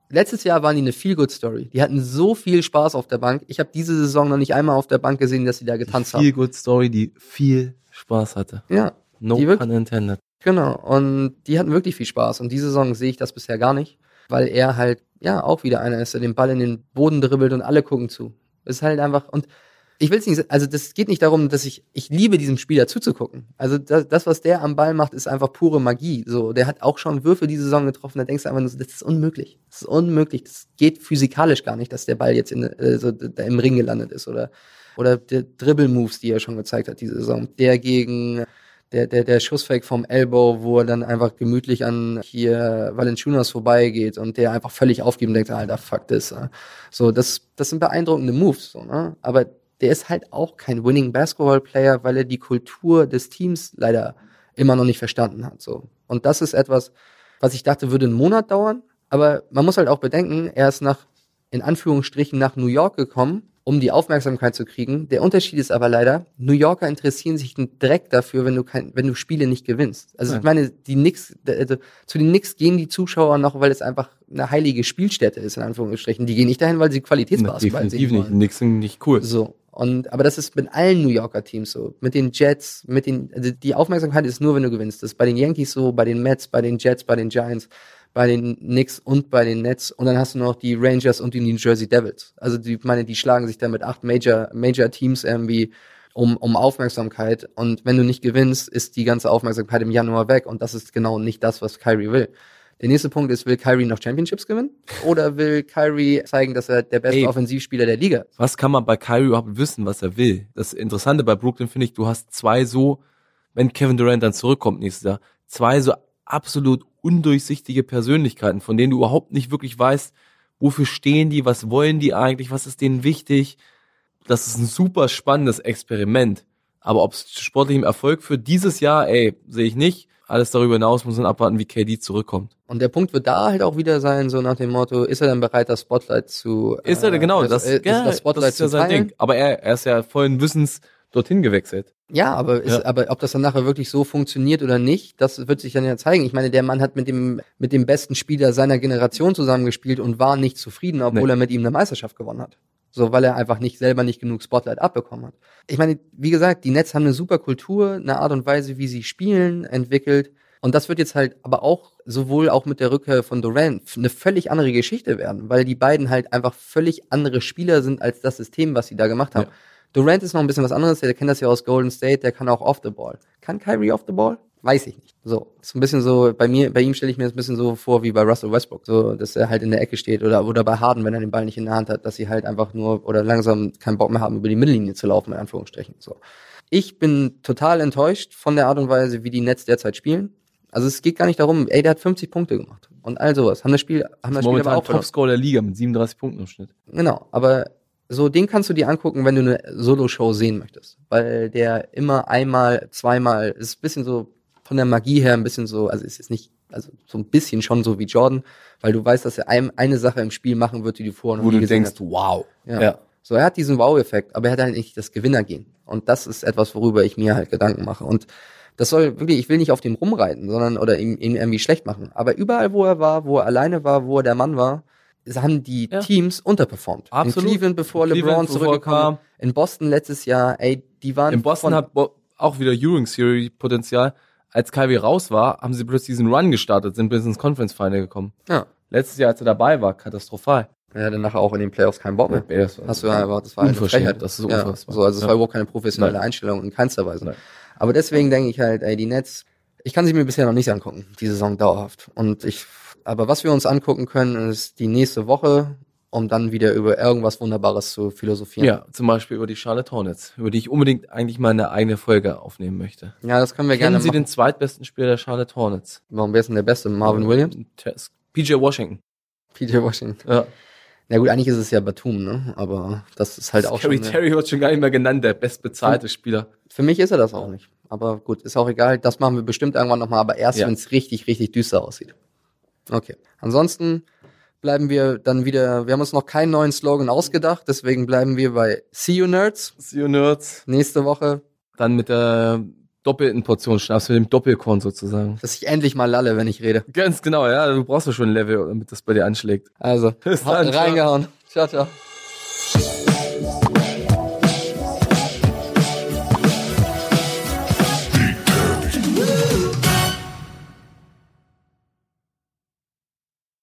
letztes Jahr waren die eine Feel-Good-Story. Die hatten so viel Spaß auf der Bank. Ich habe diese Saison noch nicht einmal auf der Bank gesehen, dass sie da getanzt haben. Feel-Good-Story, die viel Spaß hatte. Ja. No pun intended. Genau, und die hatten wirklich viel Spaß. Und diese Saison sehe ich das bisher gar nicht, weil er halt, ja, auch wieder einer ist, der den Ball in den Boden dribbelt und alle gucken zu. Ist halt einfach, und ich will es nicht, also das geht nicht darum, dass ich liebe diesem Spieler zuzugucken. Also das, was der am Ball macht, ist einfach pure Magie. So, der hat auch schon Würfe diese Saison getroffen, da denkst du einfach nur, das ist unmöglich. Das ist unmöglich. Das geht physikalisch gar nicht, dass der Ball jetzt da im Ring gelandet ist oder der Dribble-Moves, die er schon gezeigt hat diese Saison. Der gegen der Schussfake vom Elbow, wo er dann einfach gemütlich an hier Valanciunas vorbeigeht und der einfach völlig aufgibt und denkt, Alter, fuck this. So, das sind beeindruckende Moves, so, ne? Aber der ist halt auch kein Winning Basketball Player, weil er die Kultur des Teams leider immer noch nicht verstanden hat, so. Und das ist etwas, was ich dachte, würde einen Monat dauern, aber man muss halt auch bedenken, er ist in Anführungsstrichen nach New York gekommen, um die Aufmerksamkeit zu kriegen. Der Unterschied ist aber leider, New Yorker interessieren sich einen Dreck dafür, wenn du Spiele nicht gewinnst. Also ich meine, zu den Knicks gehen die Zuschauer noch, weil es einfach eine heilige Spielstätte ist, in Anführungsstrichen. Die gehen nicht dahin, weil sie Qualitätsbasketball sehen wollen. Definitiv nicht. Knicks sind nicht cool. So. Aber das ist mit allen New Yorker Teams so. Mit den Jets, also die Aufmerksamkeit ist nur, wenn du gewinnst. Das ist bei den Yankees so, bei den Mets, bei den Jets, bei den Giants, bei den Knicks und bei den Nets. Und dann hast du noch die Rangers und die New Jersey Devils. Also die schlagen sich da mit 8 Major Teams irgendwie um Aufmerksamkeit. Und wenn du nicht gewinnst, ist die ganze Aufmerksamkeit im Januar weg. Und das ist genau nicht das, was Kyrie will. Der nächste Punkt ist, will Kyrie noch Championships gewinnen? Oder will Kyrie zeigen, dass er der beste Offensivspieler der Liga ist? Was kann man bei Kyrie überhaupt wissen, was er will? Das Interessante bei Brooklyn finde ich, du hast wenn Kevin Durant dann zurückkommt nächstes Jahr, 2 so absolut undurchsichtige Persönlichkeiten, von denen du überhaupt nicht wirklich weißt, wofür stehen die, was wollen die eigentlich, was ist denen wichtig. Das ist ein super spannendes Experiment. Aber ob es zu sportlichem Erfolg führt, dieses Jahr, sehe ich nicht. Alles darüber hinaus muss man abwarten, wie KD zurückkommt. Und der Punkt wird da halt auch wieder sein, so nach dem Motto, ist er dann bereit, das Spotlight zu Ist er, genau, das Spotlight ist ja zu sein Ding. Aber er ist ja vollen Wissens dorthin gewechselt. Ja, aber ob das dann nachher wirklich so funktioniert oder nicht, das wird sich dann ja zeigen. Ich meine, der Mann hat mit dem besten Spieler seiner Generation zusammengespielt und war nicht zufrieden, obwohl er mit ihm eine Meisterschaft gewonnen hat. So, weil er einfach selber nicht genug Spotlight abbekommen hat. Ich meine, wie gesagt, die Nets haben eine super Kultur, eine Art und Weise, wie sie spielen, entwickelt. Und das wird jetzt halt aber auch sowohl auch mit der Rückkehr von Durant eine völlig andere Geschichte werden, weil die beiden halt einfach völlig andere Spieler sind als das System, was sie da gemacht haben. Ja. Durant ist noch ein bisschen was anderes, der kennt das ja aus Golden State, der kann auch off the ball. Kann Kyrie off the ball? Weiß ich nicht. So, ist ein bisschen so, bei ihm stelle ich mir das ein bisschen so vor wie bei Russell Westbrook, so, dass er halt in der Ecke steht oder bei Harden, wenn er den Ball nicht in der Hand hat, dass sie halt einfach nur oder langsam keinen Bock mehr haben, über die Mittellinie zu laufen, in Anführungsstrichen, so. Ich bin total enttäuscht von der Art und Weise, wie die Nets derzeit spielen. Also es geht gar nicht darum, der hat 50 Punkte gemacht und all sowas. Haben das Spiel aber auch Topscorer der Liga mit 37 Punkten im Schnitt. Genau, aber so, den kannst du dir angucken, wenn du eine Solo-Show sehen möchtest. Weil der immer einmal, zweimal, ist ein bisschen so von der Magie her ein bisschen so, also es ist nicht, also so ein bisschen schon so wie Jordan, weil du weißt, dass er eine Sache im Spiel machen wird, die du vorher noch nie gesehen hast. Wo du denkst, wow. Ja. So, er hat diesen Wow-Effekt, aber er hat halt nicht das Gewinnergehen. Und das ist etwas, worüber ich mir halt Gedanken mache. Und das soll wirklich, ich will nicht auf dem rumreiten, oder ihn irgendwie schlecht machen. Aber überall, wo er war, wo er alleine war, wo er der Mann war, haben die Teams unterperformt. Absolut. In Cleveland, bevor LeBron zurückgekommen ist. In Boston letztes Jahr, die waren... In Boston hat auch wieder Ewing-Series-Potenzial. Als Kyrie raus war, haben sie plötzlich diesen Run gestartet, sind bis ins Conference Final gekommen. Ja. Letztes Jahr, als er dabei war, katastrophal. Ja, dann nachher auch in den Playoffs keinen Bock mehr. Ja, das war eine Frechheit. Das ist unfassbar. So, also es war überhaupt keine professionelle Einstellung in keinster Weise. Nein. Aber deswegen denke ich halt, die Nets, ich kann sie mir bisher noch nicht angucken, die Saison dauerhaft. Aber was wir uns angucken können, ist die nächste Woche, um dann wieder über irgendwas Wunderbares zu philosophieren. Ja, zum Beispiel über die Charlotte Hornets, über die ich unbedingt eigentlich mal eine eigene Folge aufnehmen möchte. Ja, das können wir gerne machen. Kennen Sie den zweitbesten Spieler der Charlotte Hornets? Warum wäre es denn der beste? Marvin Williams? PJ Washington. Ja. Na gut, eigentlich ist es ja Batum, ne? Aber das ist halt auch schon... Terry wird schon gar nicht mehr genannt, der bestbezahlte Spieler. Für mich ist er das auch nicht. Aber gut, ist auch egal. Das machen wir bestimmt irgendwann nochmal, aber erst, wenn es richtig, richtig düster aussieht. Okay. Ansonsten bleiben wir dann wieder... Wir haben uns noch keinen neuen Slogan ausgedacht, deswegen bleiben wir bei See You Nerds. See You Nerds. Nächste Woche. Dann mit der doppelten Portion Schnaps, mit dem Doppelkorn sozusagen. Dass ich endlich mal lalle, wenn ich rede. Ganz genau, ja, du brauchst ja schon ein Level, damit das bei dir anschlägt. Also, reingehauen. Ciao, ciao.